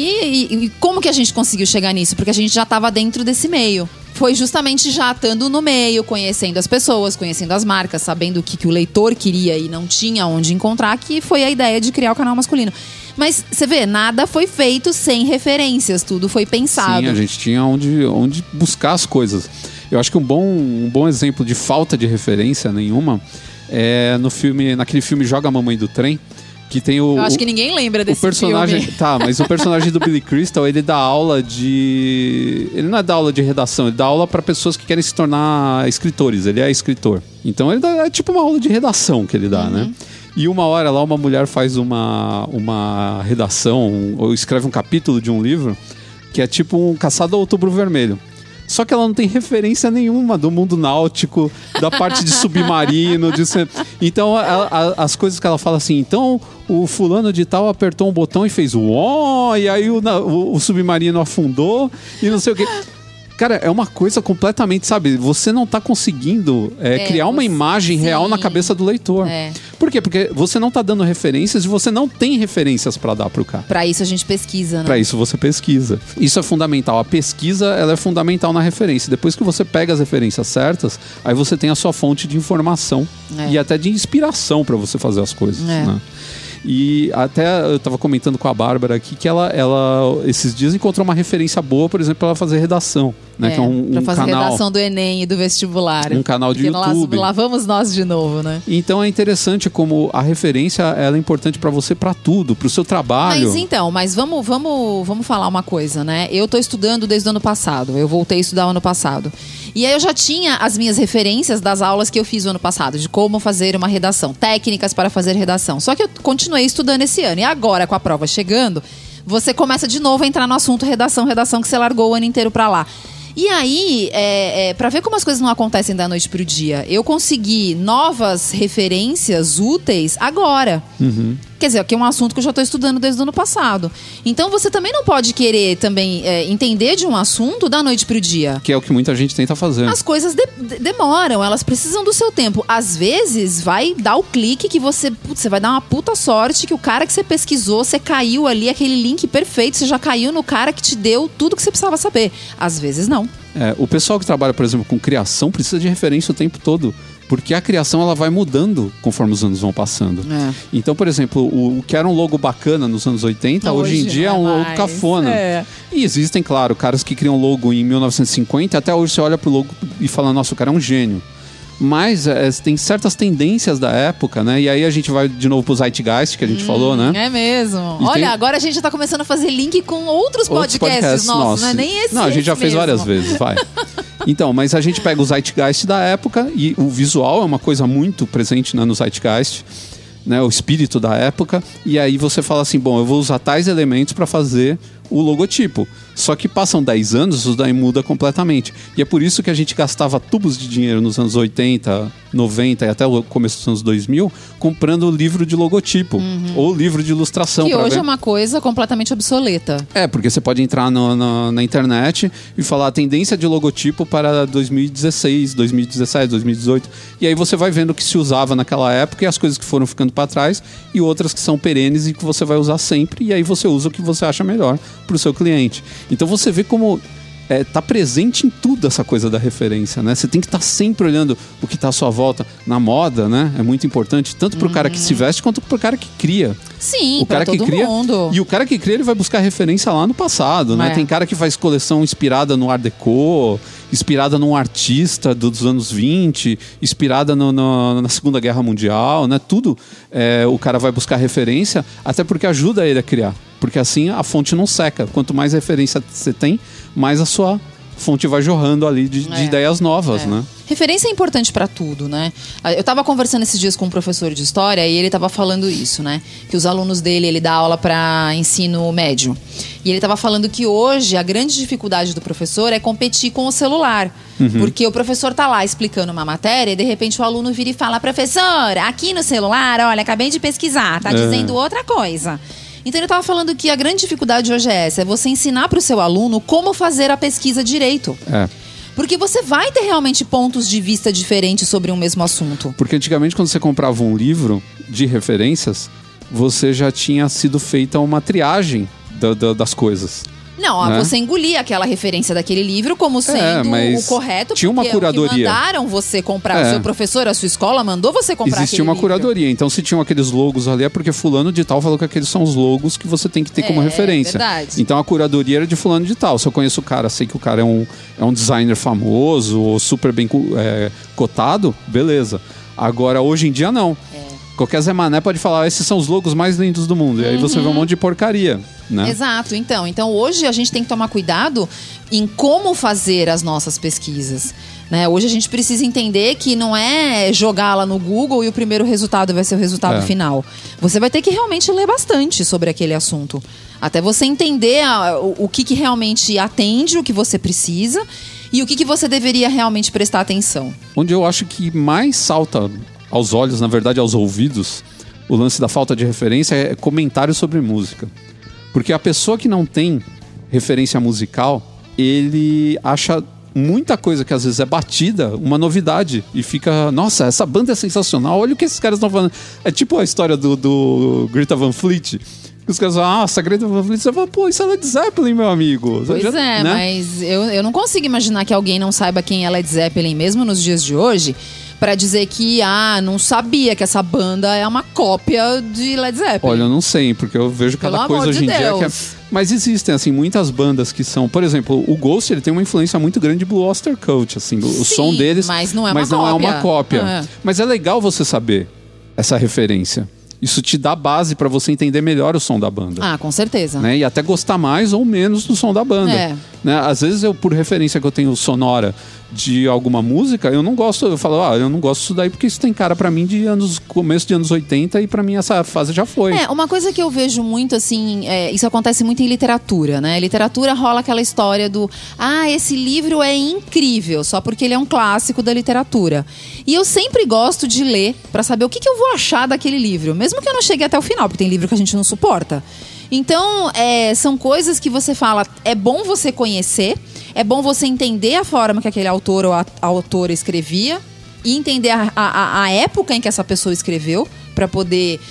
E como que a gente conseguiu chegar nisso? Porque a gente já estava dentro desse meio. Foi justamente já estando no meio, conhecendo as pessoas, conhecendo as marcas, sabendo o que o leitor queria e não tinha onde encontrar, que foi a ideia de criar o canal masculino. Mas você vê, nada foi feito sem referências, tudo foi pensado. Sim, a gente tinha onde buscar as coisas. Eu acho que um bom exemplo de falta de referência nenhuma é naquele filme Joga a Mamãe do Trem, que tem Eu acho que ninguém lembra desse personagem, filme. Tá, mas o personagem do Billy Crystal, ele dá aula ele não é da aula de redação, ele dá aula para pessoas que querem se tornar escritores, ele é escritor. Então é tipo uma aula de redação que ele dá, né? E uma hora lá uma mulher faz uma redação, ou escreve um capítulo de um livro, que é tipo um Caçado ao Outubro Vermelho. Só que ela não tem referência nenhuma do mundo náutico, da parte de submarino. Então, as coisas que ela fala assim... Então, o fulano de tal apertou um botão e fez uó, e aí o submarino afundou e não sei o quê. Cara, é uma coisa completamente, sabe? Você não tá conseguindo criar uma imagem real na cabeça do leitor. Por quê? Porque você não tá dando referências e você não tem referências pra dar pro cara. Pra isso a gente pesquisa, né? Pra isso você pesquisa. Isso é fundamental. A pesquisa, ela é fundamental na referência. Depois que você pega as referências certas, aí você tem a sua fonte de informação e até de inspiração pra você fazer as coisas, né? E até eu tava comentando com a Bárbara aqui que ela esses dias encontrou uma referência boa, por exemplo, pra ela fazer redação. né? Que é pra fazer canal, redação do Enem e do vestibular. um canal de YouTube. Lá vamos nós de novo, né? Então é interessante como a referência ela é importante para você para tudo, para o seu trabalho. Mas vamos falar uma coisa, né? Eu tô estudando desde o ano passado. Eu voltei a estudar o ano passado. E aí eu já tinha as minhas referências das aulas que eu fiz o ano passado, de como fazer uma redação, técnicas para fazer redação. Só que eu continuei estudando esse ano. E agora, com a prova chegando, você começa de novo a entrar no assunto redação, que você largou o ano inteiro para lá. E aí, para ver como as coisas não acontecem da noite pro dia, eu consegui novas referências úteis agora. Uhum. Quer dizer, que é um assunto que eu já estou estudando desde o ano passado. Então, você também não pode querer também entender de um assunto da noite pro dia. Que é o que muita gente tenta fazer. As coisas demoram, elas precisam do seu tempo. Às vezes, vai dar o clique que você vai dar uma puta sorte que o cara que você pesquisou, você caiu ali, aquele link perfeito, você já caiu no cara que te deu tudo que você precisava saber. Às vezes, não. O pessoal que trabalha, por exemplo, com criação precisa de referência o tempo todo. Porque a criação ela vai mudando conforme os anos vão passando. Então, por exemplo, o que era um logo bacana nos anos 80, hoje em dia é um logo cafona. E existem, claro, caras que criam logo em 1950, até hoje você olha pro logo e fala, nossa, o cara é um gênio. Mas tem certas tendências da época, né? E aí a gente vai de novo pro Zeitgeist, que a gente falou, né? É mesmo. Olha, agora a gente já tá começando a fazer link com outros podcasts nossos, não é nem esse. Não, a gente já fez mesmo. várias vezes, vai. Então, mas a gente pega o Zeitgeist da época e o visual é uma coisa muito presente, né, no Zeitgeist, né, o espírito da época, e aí você fala assim, bom, eu vou usar tais elementos para fazer o logotipo. Só que passam 10 anos, isso daí muda completamente. E é por isso que a gente gastava tubos de dinheiro nos anos 80, 90 e até o começo dos anos 2000 comprando livro de logotipo ou livro de ilustração. Que hoje é uma coisa completamente obsoleta. Porque você pode entrar na internet e falar a tendência de logotipo para 2016, 2017, 2018. E aí você vai vendo o que se usava naquela época e as coisas que foram ficando para trás e outras que são perenes e que você vai usar sempre. E aí você usa o que você acha melhor para o seu cliente. Então você vê como tá presente em tudo essa coisa da referência, né? Você tem que estar sempre olhando o que está à sua volta. Na moda, né? É muito importante, tanto para o cara que se veste quanto para o cara que cria. Sim, o cara pra todo que cria, mundo. E o cara que cria, ele vai buscar referência lá no passado, né? Tem cara que faz coleção inspirada no Art Deco, inspirada num artista dos anos 20, inspirada na Segunda Guerra Mundial, né? Tudo o cara vai buscar referência, até porque ajuda ele a criar. Porque assim a fonte não seca. Quanto mais referência você tem, mais a sua fonte vai jorrando ali de ideias novas, né? Referência é importante para tudo, né? Eu tava conversando esses dias com um professor de história e ele tava falando isso, né? Que os alunos dele, ele dá aula para ensino médio. E ele tava falando que hoje a grande dificuldade do professor é competir com o celular. Porque o professor tá lá explicando uma matéria e de repente o aluno vira e fala: professor, aqui no celular, olha, acabei de pesquisar, tá dizendo outra coisa. Então ele estava falando que a grande dificuldade hoje é essa, é você ensinar para o seu aluno como fazer a pesquisa direito. Porque você vai ter realmente pontos de vista diferentes sobre um mesmo assunto. Porque antigamente quando você comprava um livro de referências, você já tinha sido feita uma triagem das coisas. Não, né? Você engolia aquela referência daquele livro como sendo o correto. Tinha uma curadoria. Mandaram você comprar. O seu professor, a sua escola, mandou você comprar Existia uma curadoria. Então, se tinham aqueles logos ali, é porque fulano de tal falou que aqueles são os logos que você tem que ter como referência. Verdade. Então, a curadoria era de fulano de tal. Se eu conheço o cara, sei que o cara é um designer famoso ou super bem cotado, beleza. Agora, hoje em dia, não. Qualquer Zé Mané pode falar, esses são os logos mais lindos do mundo. E aí você vê um monte de porcaria, né? Exato. Então hoje a gente tem que tomar cuidado em como fazer as nossas pesquisas, né? Hoje a gente precisa entender que não é jogá-la no Google e o primeiro resultado vai ser o resultado final. Você vai ter que realmente ler bastante sobre aquele assunto. Até você entender o que realmente atende, o que você precisa e o que você deveria realmente prestar atenção. Onde eu acho que mais salta aos olhos, na verdade aos ouvidos, o lance da falta de referência é comentário sobre música. Porque a pessoa que não tem referência musical, ele acha muita coisa que às vezes é batida, uma novidade, e fica, nossa, essa banda é sensacional, olha o que esses caras estão falando. É tipo a história do Greta Van Fleet. Os caras falam, nossa, Greta Van Fleet, você fala, pô, isso é Led Zeppelin, meu amigo. Pois mas eu não consigo imaginar que alguém não saiba quem é Led Zeppelin mesmo nos dias de hoje. pra dizer que, não sabia que essa banda é uma cópia de Led Zeppelin. Olha, eu não sei, porque eu vejo cada coisa hoje em dia que é... Mas existem, assim, muitas bandas que são... Por exemplo, o Ghost, ele tem uma influência muito grande de Blue Oyster Cult, assim. O som deles... Mas não é uma cópia. Mas é legal você saber essa referência. Isso te dá base pra você entender melhor o som da banda. Com certeza. Né? E até gostar mais ou menos do som da banda. Né? Às vezes, por referência que eu tenho sonora de alguma música, eu não gosto, eu falo, eu não gosto disso daí porque isso tem cara pra mim de começo de anos 80 e pra mim essa fase já foi. Uma coisa que eu vejo muito, assim, isso acontece muito em literatura, né? Literatura rola aquela história do, esse livro é incrível, só porque ele é um clássico da literatura. E eu sempre gosto de ler pra saber o que eu vou achar daquele livro, mesmo que eu não chegue até o final, porque tem livro que a gente não suporta. Então, são coisas que você fala, é bom você conhecer, é bom você entender a forma que aquele autor ou a autora escrevia e entender a época em que essa pessoa escreveu para poder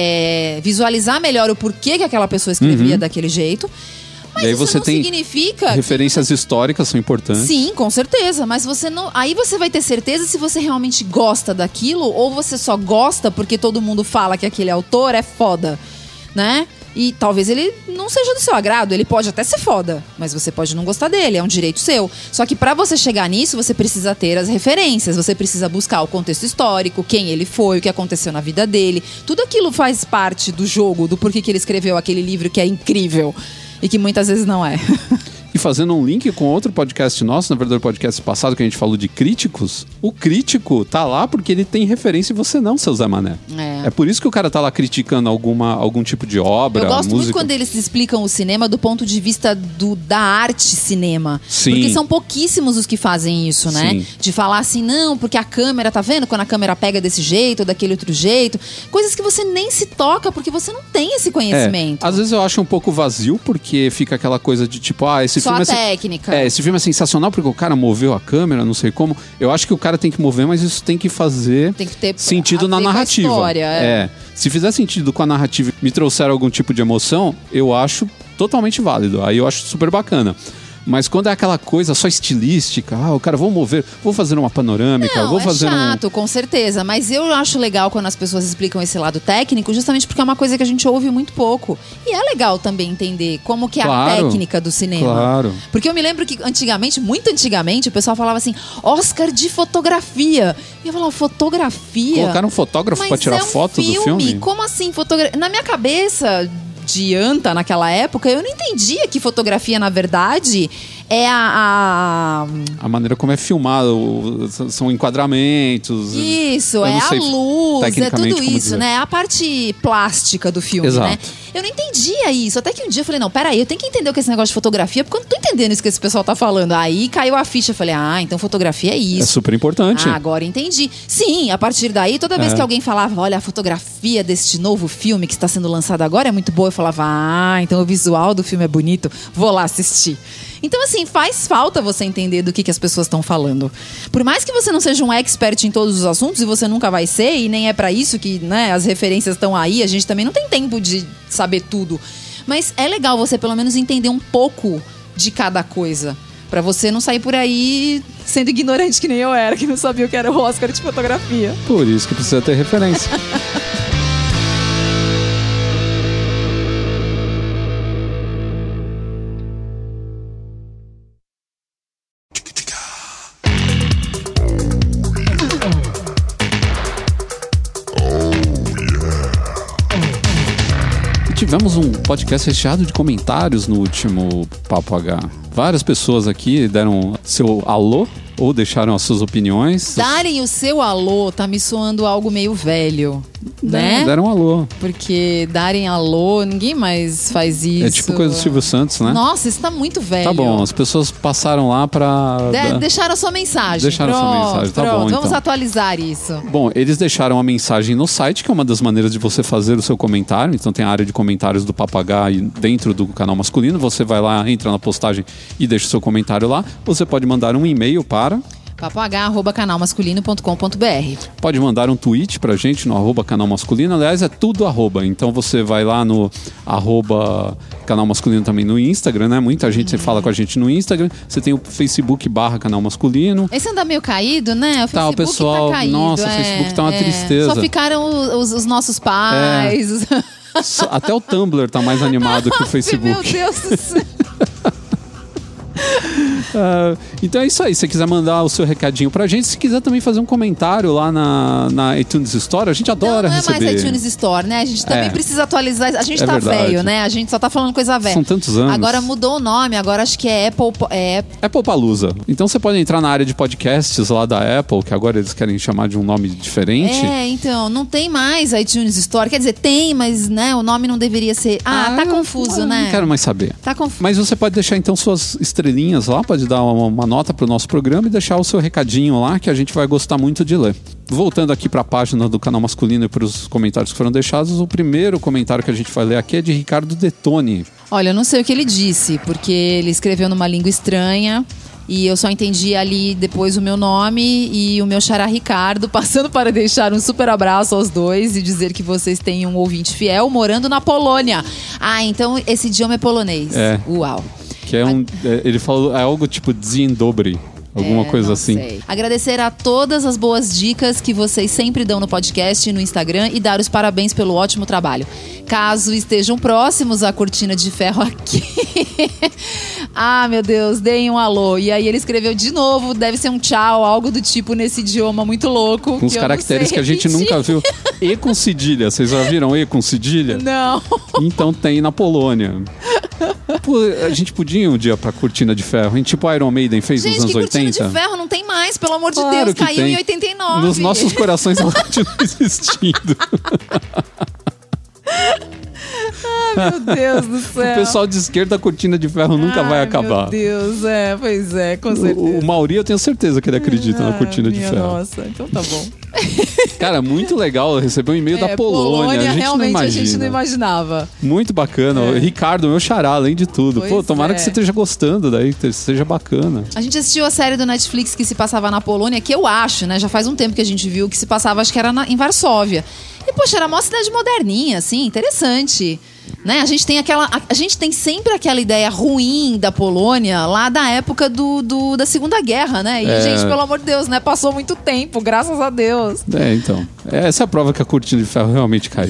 visualizar melhor o porquê que aquela pessoa escrevia daquele jeito. Mas e aí isso você não tem significa referências históricas são importantes. Sim, com certeza. Mas você não. Aí você vai ter certeza se você realmente gosta daquilo ou você só gosta porque todo mundo fala que aquele autor é foda, né? E talvez ele não seja do seu agrado, ele pode até ser foda, mas você pode não gostar dele, é um direito seu. Só que pra você chegar nisso, você precisa ter as referências, você precisa buscar o contexto histórico, quem ele foi, o que aconteceu na vida dele. Tudo aquilo faz parte do jogo, do porquê que ele escreveu aquele livro que é incrível e que muitas vezes não é. E fazendo um link com outro podcast nosso, na verdade o podcast passado que a gente falou de críticos, o crítico tá lá porque ele tem referência e você não, seu Zé Mané. É por isso que o cara tá lá criticando algum tipo de obra, eu gosto música. muito quando eles explicam o cinema do ponto de vista da arte cinema. Sim. Porque são pouquíssimos os que fazem isso, né? Sim. De falar assim, não, porque a câmera, tá vendo? Quando a câmera pega desse jeito ou daquele outro jeito. Coisas que você nem se toca porque você não tem esse conhecimento. Às vezes eu acho um pouco vazio porque fica aquela coisa de tipo, esse só filme a técnica. Esse filme é sensacional porque o cara moveu a câmera, não sei como. Eu acho que o cara tem que mover, mas isso tem que fazer sentido na narrativa. História, Se fizer sentido com a narrativa e me trouxer algum tipo de emoção, eu acho totalmente válido. Aí eu acho super bacana. Mas quando é aquela coisa só estilística, o cara, vou fazer uma panorâmica, não, vou fazer chato, com certeza. Mas eu acho legal quando as pessoas explicam esse lado técnico, justamente porque é uma coisa que a gente ouve muito pouco. E é legal também entender como que é a técnica do cinema. Claro. Porque eu me lembro que antigamente, muito antigamente, o pessoal falava assim, Oscar de fotografia. E eu falava, fotografia? Colocaram um fotógrafo pra tirar foto do filme? Como assim, fotografia? Na minha cabeça de anta naquela época, eu não entendia que fotografia, na verdade, é a maneira como é filmado, são enquadramentos. Isso, é a luz, é tudo isso, né? É a parte plástica do filme, exato, né? Eu não entendia isso. Até que um dia eu falei, não, peraí, eu tenho que entender o que é esse negócio de fotografia, porque eu não tô entendendo isso que esse pessoal tá falando. Aí caiu a ficha, eu falei, então fotografia é isso. É super importante. Agora entendi. Sim, a partir daí, toda vez que alguém falava, olha, a fotografia deste novo filme que está sendo lançado agora é muito boa, eu falava, então o visual do filme é bonito, vou lá assistir. Então, assim, faz falta você entender do que as pessoas estão falando. Por mais que você não seja um expert em todos os assuntos, e você nunca vai ser, e nem é pra isso que, né, as referências estão aí, a gente também não tem tempo de saber tudo. Mas é legal você, pelo menos, entender um pouco de cada coisa. Pra você não sair por aí sendo ignorante que nem eu era, que não sabia o que era o Oscar de fotografia. Por isso que precisa ter referência. Tivemos um podcast recheado de comentários no último Papo H. Várias pessoas aqui deram seu alô ou deixaram as suas opiniões. Darem o seu alô tá me soando algo meio velho, né? Deram um alô. Porque darem alô, ninguém mais faz isso. É tipo coisa do Silvio Santos, né? Nossa, isso tá muito velho. Tá bom, as pessoas passaram lá pra... Deixaram a sua mensagem. Deixaram a sua mensagem, tá bom, vamos então atualizar isso. Bom, eles deixaram a mensagem no site, que é uma das maneiras de você fazer o seu comentário. Então tem a área de comentários do Papagaio dentro do canal masculino. Você vai lá, entra na postagem e deixa o seu comentário lá. Você pode mandar um e-mail para papoh@canalmasculino.com.br. Pode mandar um tweet pra gente no @canalmasculino. Aliás, é tudo arroba. Então você vai lá no @canalmasculino também no Instagram, né? Muita gente fala com a gente no Instagram. Você tem o Facebook /canal masculino. Esse anda meio caído, né? O Facebook Tá, o pessoal... tá caído. Nossa, o Facebook tá uma tristeza. Só ficaram os nossos pais. Até o Tumblr tá mais animado que o Facebook. Meu Deus do céu. Então é isso aí. Se você quiser mandar o seu recadinho pra gente, se quiser também fazer um comentário lá na iTunes Store, a gente adora receber. Não é mais iTunes Store, né? A gente também precisa atualizar. A gente tá verdade. velho, né? A gente só tá falando coisa velha. São tantos anos. Agora mudou o nome, agora acho que é Applepalooza. Então você pode entrar na área de podcasts lá da Apple, que agora eles querem chamar de um nome diferente. Então, não tem mais iTunes Store. Quer dizer, tem, mas né, o nome não deveria ser... tá confuso, né? Não quero mais saber. Tá confuso. Mas você pode deixar então suas estrelinhas lá, pode dar uma nota pro nosso programa e deixar o seu recadinho lá, que a gente vai gostar muito de ler. Voltando aqui para a página do Canal Masculino e para os comentários que foram deixados, o primeiro comentário que a gente vai ler aqui é de Ricardo Detoni. Olha, eu não sei o que ele disse, porque ele escreveu numa língua estranha e eu só entendi ali depois o meu nome e o meu xará Ricardo, passando para deixar um super abraço aos dois e dizer que vocês têm um ouvinte fiel morando na Polônia. Então esse idioma é polonês. Uau. Que é ele falou, é algo tipo Dzień dobry. Alguma coisa assim. Sei. Agradecer a todas as boas dicas que vocês sempre dão no podcast e no Instagram e dar os parabéns pelo ótimo trabalho. Caso estejam próximos à cortina de ferro aqui. Meu Deus, deem um alô. E aí ele escreveu de novo, deve ser um tchau, algo do tipo nesse idioma muito louco. Com os caracteres que a gente nunca viu. E com cedilha. Vocês já viram E com cedilha? Não. Então tem na Polônia. Pô, a gente podia ir um dia pra cortina de ferro, tipo Iron Maiden fez nos anos 80. Cortina de ferro não tem mais, pelo amor de Claro Deus, que caiu tem. em 89. Nos nossos corações ela continua existindo. Meu Deus do céu. O pessoal de esquerda, a cortina de ferro nunca vai acabar. Meu Deus, pois é, com certeza. O Mauri, eu tenho certeza que ele acredita na cortina de ferro. Nossa, então tá bom. Cara, muito legal receber um e-mail da Polônia. A gente realmente não imagina. a gente não imaginava. Muito bacana. Ricardo, meu xará, além de tudo. Pois Tomara que você esteja gostando daí, que seja bacana. A gente assistiu a série do Netflix que se passava na Polônia, que eu acho, né? Já faz um tempo que a gente viu, que se passava, acho que era em Varsóvia. E, poxa, era uma cidade moderninha, assim, interessante. Né? A gente tem sempre aquela ideia ruim da Polônia lá da época da Segunda Guerra, né? E, gente, pelo amor de Deus, né? Passou muito tempo, graças a Deus. Então. Essa é a prova que a cortina de ferro realmente caiu.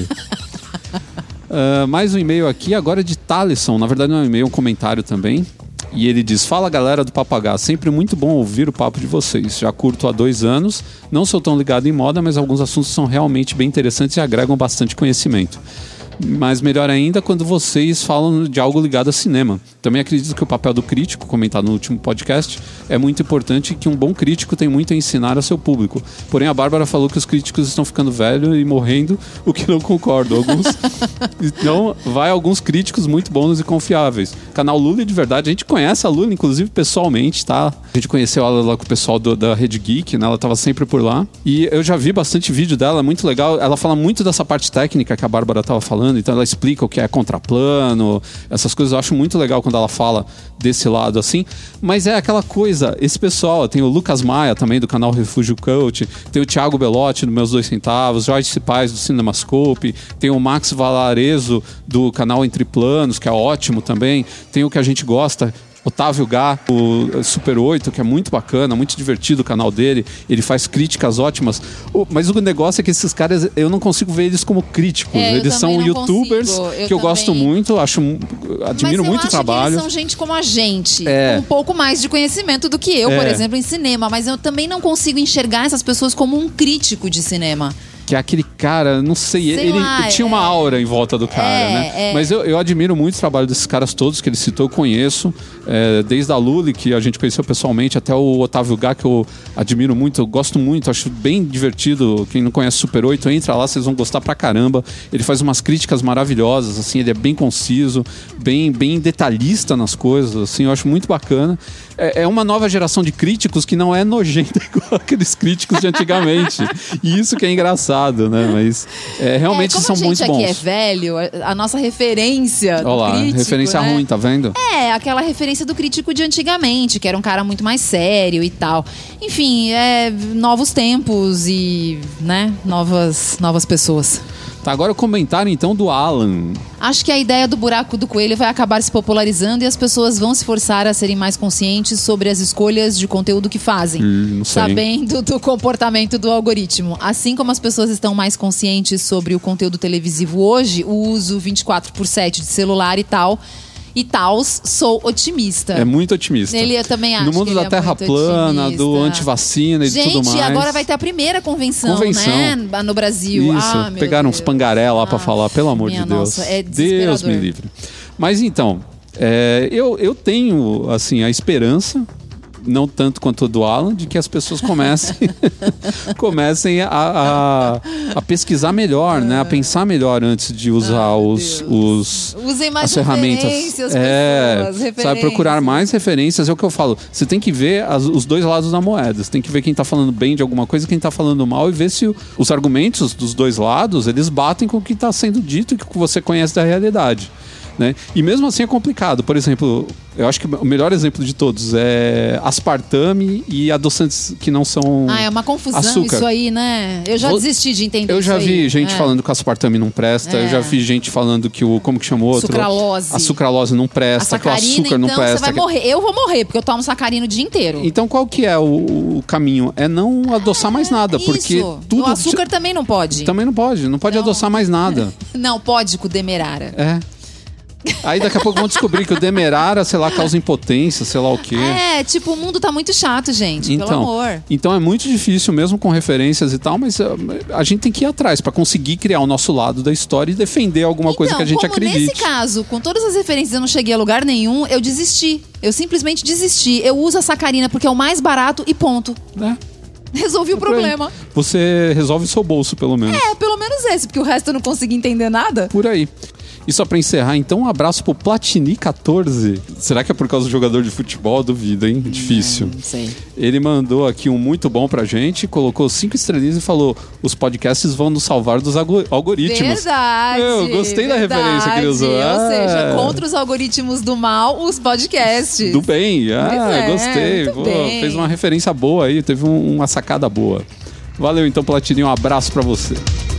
Mais um e-mail aqui, agora de Thalisson. Na verdade não é um e-mail, é um comentário também. E ele diz: fala galera do Papagá, sempre muito bom ouvir o papo de vocês. Já curto há 2 anos, não sou tão ligado em moda, mas alguns assuntos são realmente bem interessantes e agregam bastante conhecimento. Mas melhor ainda quando vocês falam de algo ligado a cinema. Também acredito que o papel do crítico, comentado no último podcast, é muito importante e que um bom crítico tem muito a ensinar ao seu público. Porém, a Bárbara falou que os críticos estão ficando velhos e morrendo, o que não concordo. Então, vai alguns críticos muito bons e confiáveis. Canal Lula, de verdade, a gente conhece a Lula, inclusive, pessoalmente, tá? A gente conheceu ela lá com o pessoal da Rede Geek, né? Ela tava sempre por lá. E eu já vi bastante vídeo dela, é muito legal. Ela fala muito dessa parte técnica que a Bárbara tava falando. Então ela explica o que é contraplano, essas coisas eu acho muito legal quando ela fala desse lado assim, mas é aquela coisa, esse pessoal, tem o Lucas Maia também do canal Refúgio Coach, tem o Thiago Belotti do Meus 2 Centavos, Jorge Cipaz do Cinemascope, tem o Max Valarezo do canal Entre Planos, que é ótimo também, tem o que a gente gosta, Otávio Gá, o Super 8, que é muito bacana, muito divertido o canal dele. Ele faz críticas ótimas. Mas o negócio é que esses caras, eu não consigo ver eles como críticos. Eles são youtubers que eu gosto muito, admiro muito o trabalho. Eles são gente como a gente, com um pouco mais de conhecimento do que eu, por exemplo, em cinema. Mas eu também não consigo enxergar essas pessoas como um crítico de cinema. Que é aquele cara, não sei, ele tinha uma aura em volta do cara, né? Mas eu admiro muito o trabalho desses caras todos que ele citou, eu conheço. Desde a Luli, que a gente conheceu pessoalmente, até o Otávio Gá, que eu admiro muito, eu gosto muito, acho bem divertido. Quem não conhece Super 8, entra lá, vocês vão gostar pra caramba. Ele faz umas críticas maravilhosas, assim, ele é bem conciso, bem detalhista nas coisas, assim, eu acho muito bacana. é uma nova geração de críticos que não é nojenta igual aqueles críticos de antigamente. E isso que é engraçado, né? Mas realmente são muito bons. Como a gente aqui é velho, a nossa referência do crítico, referência ruim, tá vendo? Aquela referência do crítico de antigamente, que era um cara muito mais sério e tal. Enfim, novos tempos e, né, novas pessoas. Tá, agora o comentário então do Alan. Acho que a ideia do buraco do coelho vai acabar se popularizando e as pessoas vão se forçar a serem mais conscientes sobre as escolhas de conteúdo que fazem, não sei. sabendo do comportamento do algoritmo. Assim como as pessoas estão mais conscientes sobre o conteúdo televisivo hoje, o uso 24/7 de celular e tal... sou otimista. É muito otimista. Ele, eu também acho. No mundo da terra plana, otimista. do antivacina e tudo mais. Gente, agora vai ter a primeira convenção. Né? No Brasil. Isso, pegaram uns pangaré lá pra falar, pelo amor de Deus. Nossa, é desesperador. Deus me livre. Mas então, eu tenho, assim, a esperança, não tanto quanto o do Alan, de que as pessoas comecem a pesquisar melhor, né? A pensar melhor antes de usar Usem mais as ferramentas. Pessoas, sabe, procurar mais referências. É o que eu falo. Você tem que ver os dois lados da moeda. Você tem que ver quem tá falando bem de alguma coisa e quem tá falando mal e ver se os argumentos dos dois lados, eles batem com o que tá sendo dito e que você conhece da realidade. Né? E mesmo assim é complicado. Por exemplo, eu acho que o melhor exemplo de todos é aspartame e adoçantes que não são é uma confusão açúcar. Isso aí, né? Eu já desisti de entender isso. Eu já vi aí. gente falando que o aspartame não presta. Eu já vi gente falando que como que chamou outro? Sucralose. A sucralose não presta, que o açúcar não presta. Você vai morrer. Eu vou morrer, porque eu tomo sacarina o dia inteiro. Então qual que é o caminho? É não adoçar mais nada, porque tudo... O açúcar também não pode. Também não pode adoçar mais nada. Não pode com o demerara. Aí daqui a pouco vão descobrir que o demerara, sei lá, causa impotência, sei lá o quê. O mundo tá muito chato, gente, pelo amor. Então é muito difícil, mesmo com referências e tal, mas a gente tem que ir atrás pra conseguir criar o nosso lado da história e defender alguma coisa que a gente acredite. Nesse caso, com todas as referências eu não cheguei a lugar nenhum, eu desisti. Eu simplesmente desisti. Eu uso a sacarina porque é o mais barato e ponto. Resolvi o problema. Você resolve o seu bolso, pelo menos. Pelo menos esse, porque o resto eu não consegui entender nada. Por aí. E só pra encerrar, então, um abraço pro Platini14. Será que é por causa do jogador de futebol? Duvido, hein? Difícil. Não sei. Ele mandou aqui um muito bom pra gente, colocou 5 estrelinhas e falou: os podcasts vão nos salvar dos algoritmos. Verdade. Eu gostei da referência que ele usou. Ou seja, contra os algoritmos do mal, os podcasts. Do bem. Gostei. Bem. Fez uma referência boa aí, teve uma sacada boa. Valeu então, Platini, um abraço pra você.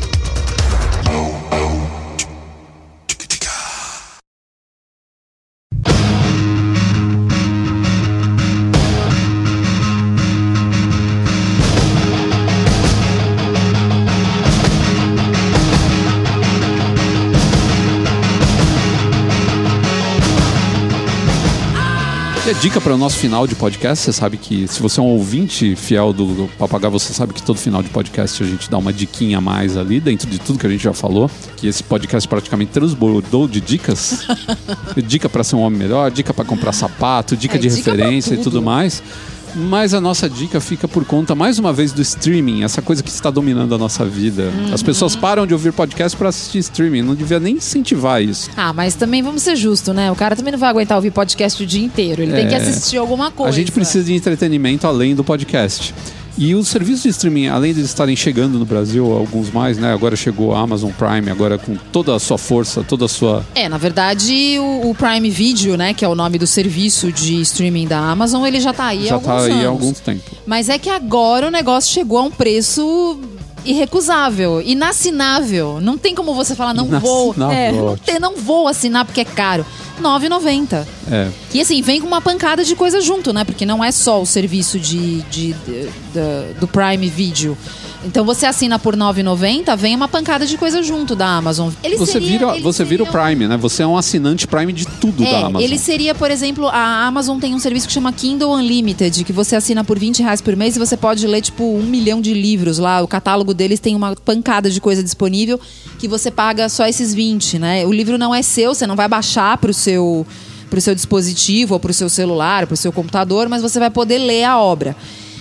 E a dica para o nosso final de podcast, você sabe que se você é um ouvinte fiel do Papagaio, você sabe que todo final de podcast a gente dá uma diquinha a mais ali, dentro de tudo que a gente já falou, que esse podcast praticamente transbordou de dicas. Dica para ser um homem melhor, dica para comprar sapato, dica de referência e tudo mais. Mas a nossa dica fica por conta, mais uma vez, do streaming, essa coisa que está dominando a nossa vida. As pessoas param de ouvir podcast para assistir streaming, não devia nem incentivar isso. Mas também vamos ser justos, né? O cara também não vai aguentar ouvir podcast o dia inteiro, ele tem que assistir alguma coisa. A gente precisa de entretenimento além do podcast. E os serviços de streaming, além de estarem chegando no Brasil, alguns mais, né? Agora chegou a Amazon Prime, agora com toda a sua força, toda a sua... Na verdade, o Prime Video, né? Que é o nome do serviço de streaming da Amazon, ele já tá aí há alguns anos. Já tá aí há algum tempo. Mas é que agora o negócio chegou a um preço irrecusável, inassinável. Não tem como você falar, não vou assinar porque é caro. R$9,90. E assim, vem com uma pancada de coisa junto, né? Porque não é só o serviço do Prime Video. Então você assina por R$9,90, vem uma pancada de coisa junto da Amazon. Você vira o Prime, né? Você é um assinante Prime de tudo da Amazon. Ele seria, por exemplo, a Amazon tem um serviço que chama Kindle Unlimited, que você assina por R$20 por mês e você pode ler, 1 milhão de livros lá. O catálogo deles tem uma pancada de coisa disponível que você paga só esses 20, né? O livro não é seu, você não vai baixar pro seu dispositivo ou pro seu celular, pro seu computador, mas você vai poder ler a obra.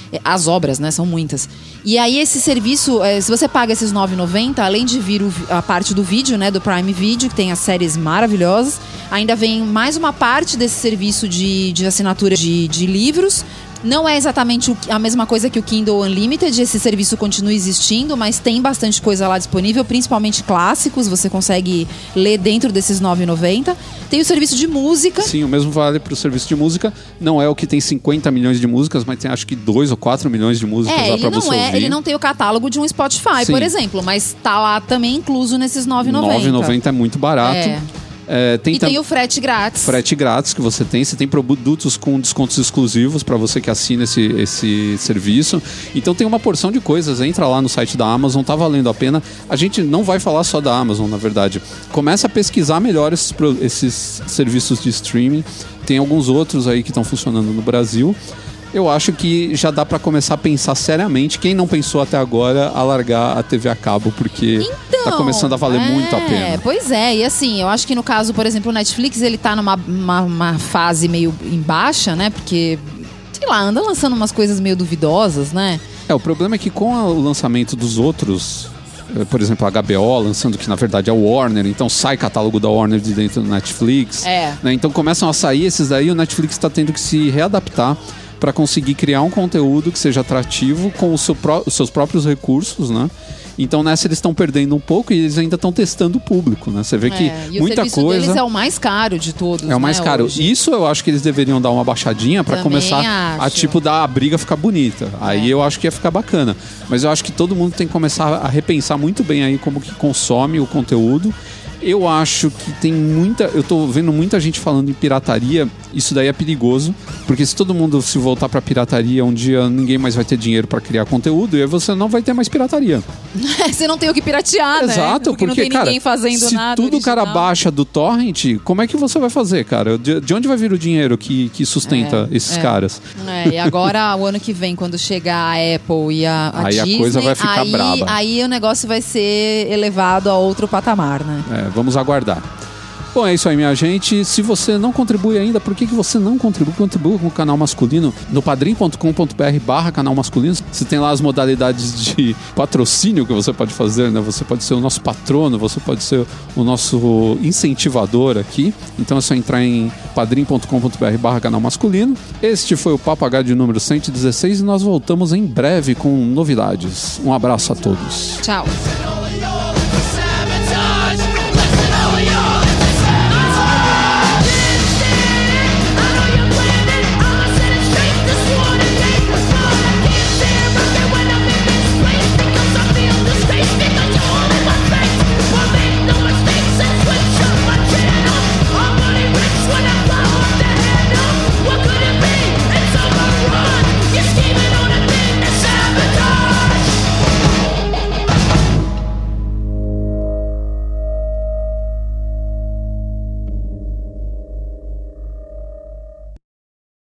As obras, né? São muitas. E aí esse serviço, se você paga esses R$ 9,90, além de vir a parte do vídeo, né? Do Prime Video, que tem as séries maravilhosas, ainda vem mais uma parte desse serviço de assinatura de livros. Não é exatamente a mesma coisa que o Kindle Unlimited, esse serviço continua existindo, mas tem bastante coisa lá disponível, principalmente clássicos, você consegue ler dentro desses R$ 9,90. Tem o serviço de música. Sim, o mesmo vale para o serviço de música. Não é o que tem 50 milhões de músicas, mas tem acho que 2 ou 4 milhões de músicas lá para você ouvir. Ele não tem o catálogo de um Spotify, Sim. por exemplo, mas tá lá também incluso nesses R$ 9,90. R$ 9,90 é muito barato. Tem o frete grátis. Frete grátis que você tem. Você tem produtos com descontos exclusivos para você que assina esse serviço. Então tem uma porção de coisas. Entra lá no site da Amazon, tá valendo a pena. A gente não vai falar só da Amazon, na verdade. Começa a pesquisar melhor esses serviços de streaming. Tem alguns outros aí que estão funcionando no Brasil. Eu acho que já dá para começar a pensar seriamente, quem não pensou até agora, a largar a TV a cabo, porque tá começando a valer muito a pena. Pois é, e assim, eu acho que no caso, por exemplo, o Netflix, ele tá numa fase meio em baixa, né? Porque, sei lá, anda lançando umas coisas meio duvidosas, né? O problema é que com o lançamento dos outros, por exemplo, a HBO lançando, que na verdade é o Warner, então sai catálogo da Warner de dentro do Netflix. Né? Então começam a sair esses daí, o Netflix está tendo que se readaptar para conseguir criar um conteúdo que seja atrativo com os seus próprios recursos, né? Então nessa eles estão perdendo um pouco e eles ainda estão testando o público, né? Você vê que e muita o serviço coisa deles é o mais caro de todos. É o mais caro. Hoje. Isso eu acho que eles deveriam dar uma baixadinha para começar a tipo dar a briga ficar bonita. Aí eu acho que ia ficar bacana. Mas eu acho que todo mundo tem que começar a repensar muito bem aí como que consome o conteúdo. Eu acho que tem eu tô vendo muita gente falando em pirataria. Isso daí é perigoso, porque se todo mundo se voltar pra pirataria, um dia ninguém mais vai ter dinheiro pra criar conteúdo e aí você não vai ter mais pirataria. Você não tem o que piratear, né? Exato, porque não tem ninguém fazendo se nada. Se tudo o original. cara baixa do torrent, como é que você vai fazer, cara? De onde vai vir o dinheiro que sustenta esses caras? E agora, o ano que vem, quando chegar a Apple e a Disney, a coisa vai ficar braba. Aí o negócio vai ser elevado a outro patamar, né? Vamos aguardar. Bom, é isso aí, minha gente. Se você não contribui ainda, por que você não contribui? Contribua com o Canal Masculino no padrim.com.br/canal masculino. Você tem lá as modalidades de patrocínio que você pode fazer, né? Você pode ser o nosso patrono, você pode ser o nosso incentivador aqui. Então é só entrar em padrim.com.br/canal masculino. Este foi o Papo H de número 116 e nós voltamos em breve com novidades. Um abraço a todos. Tchau.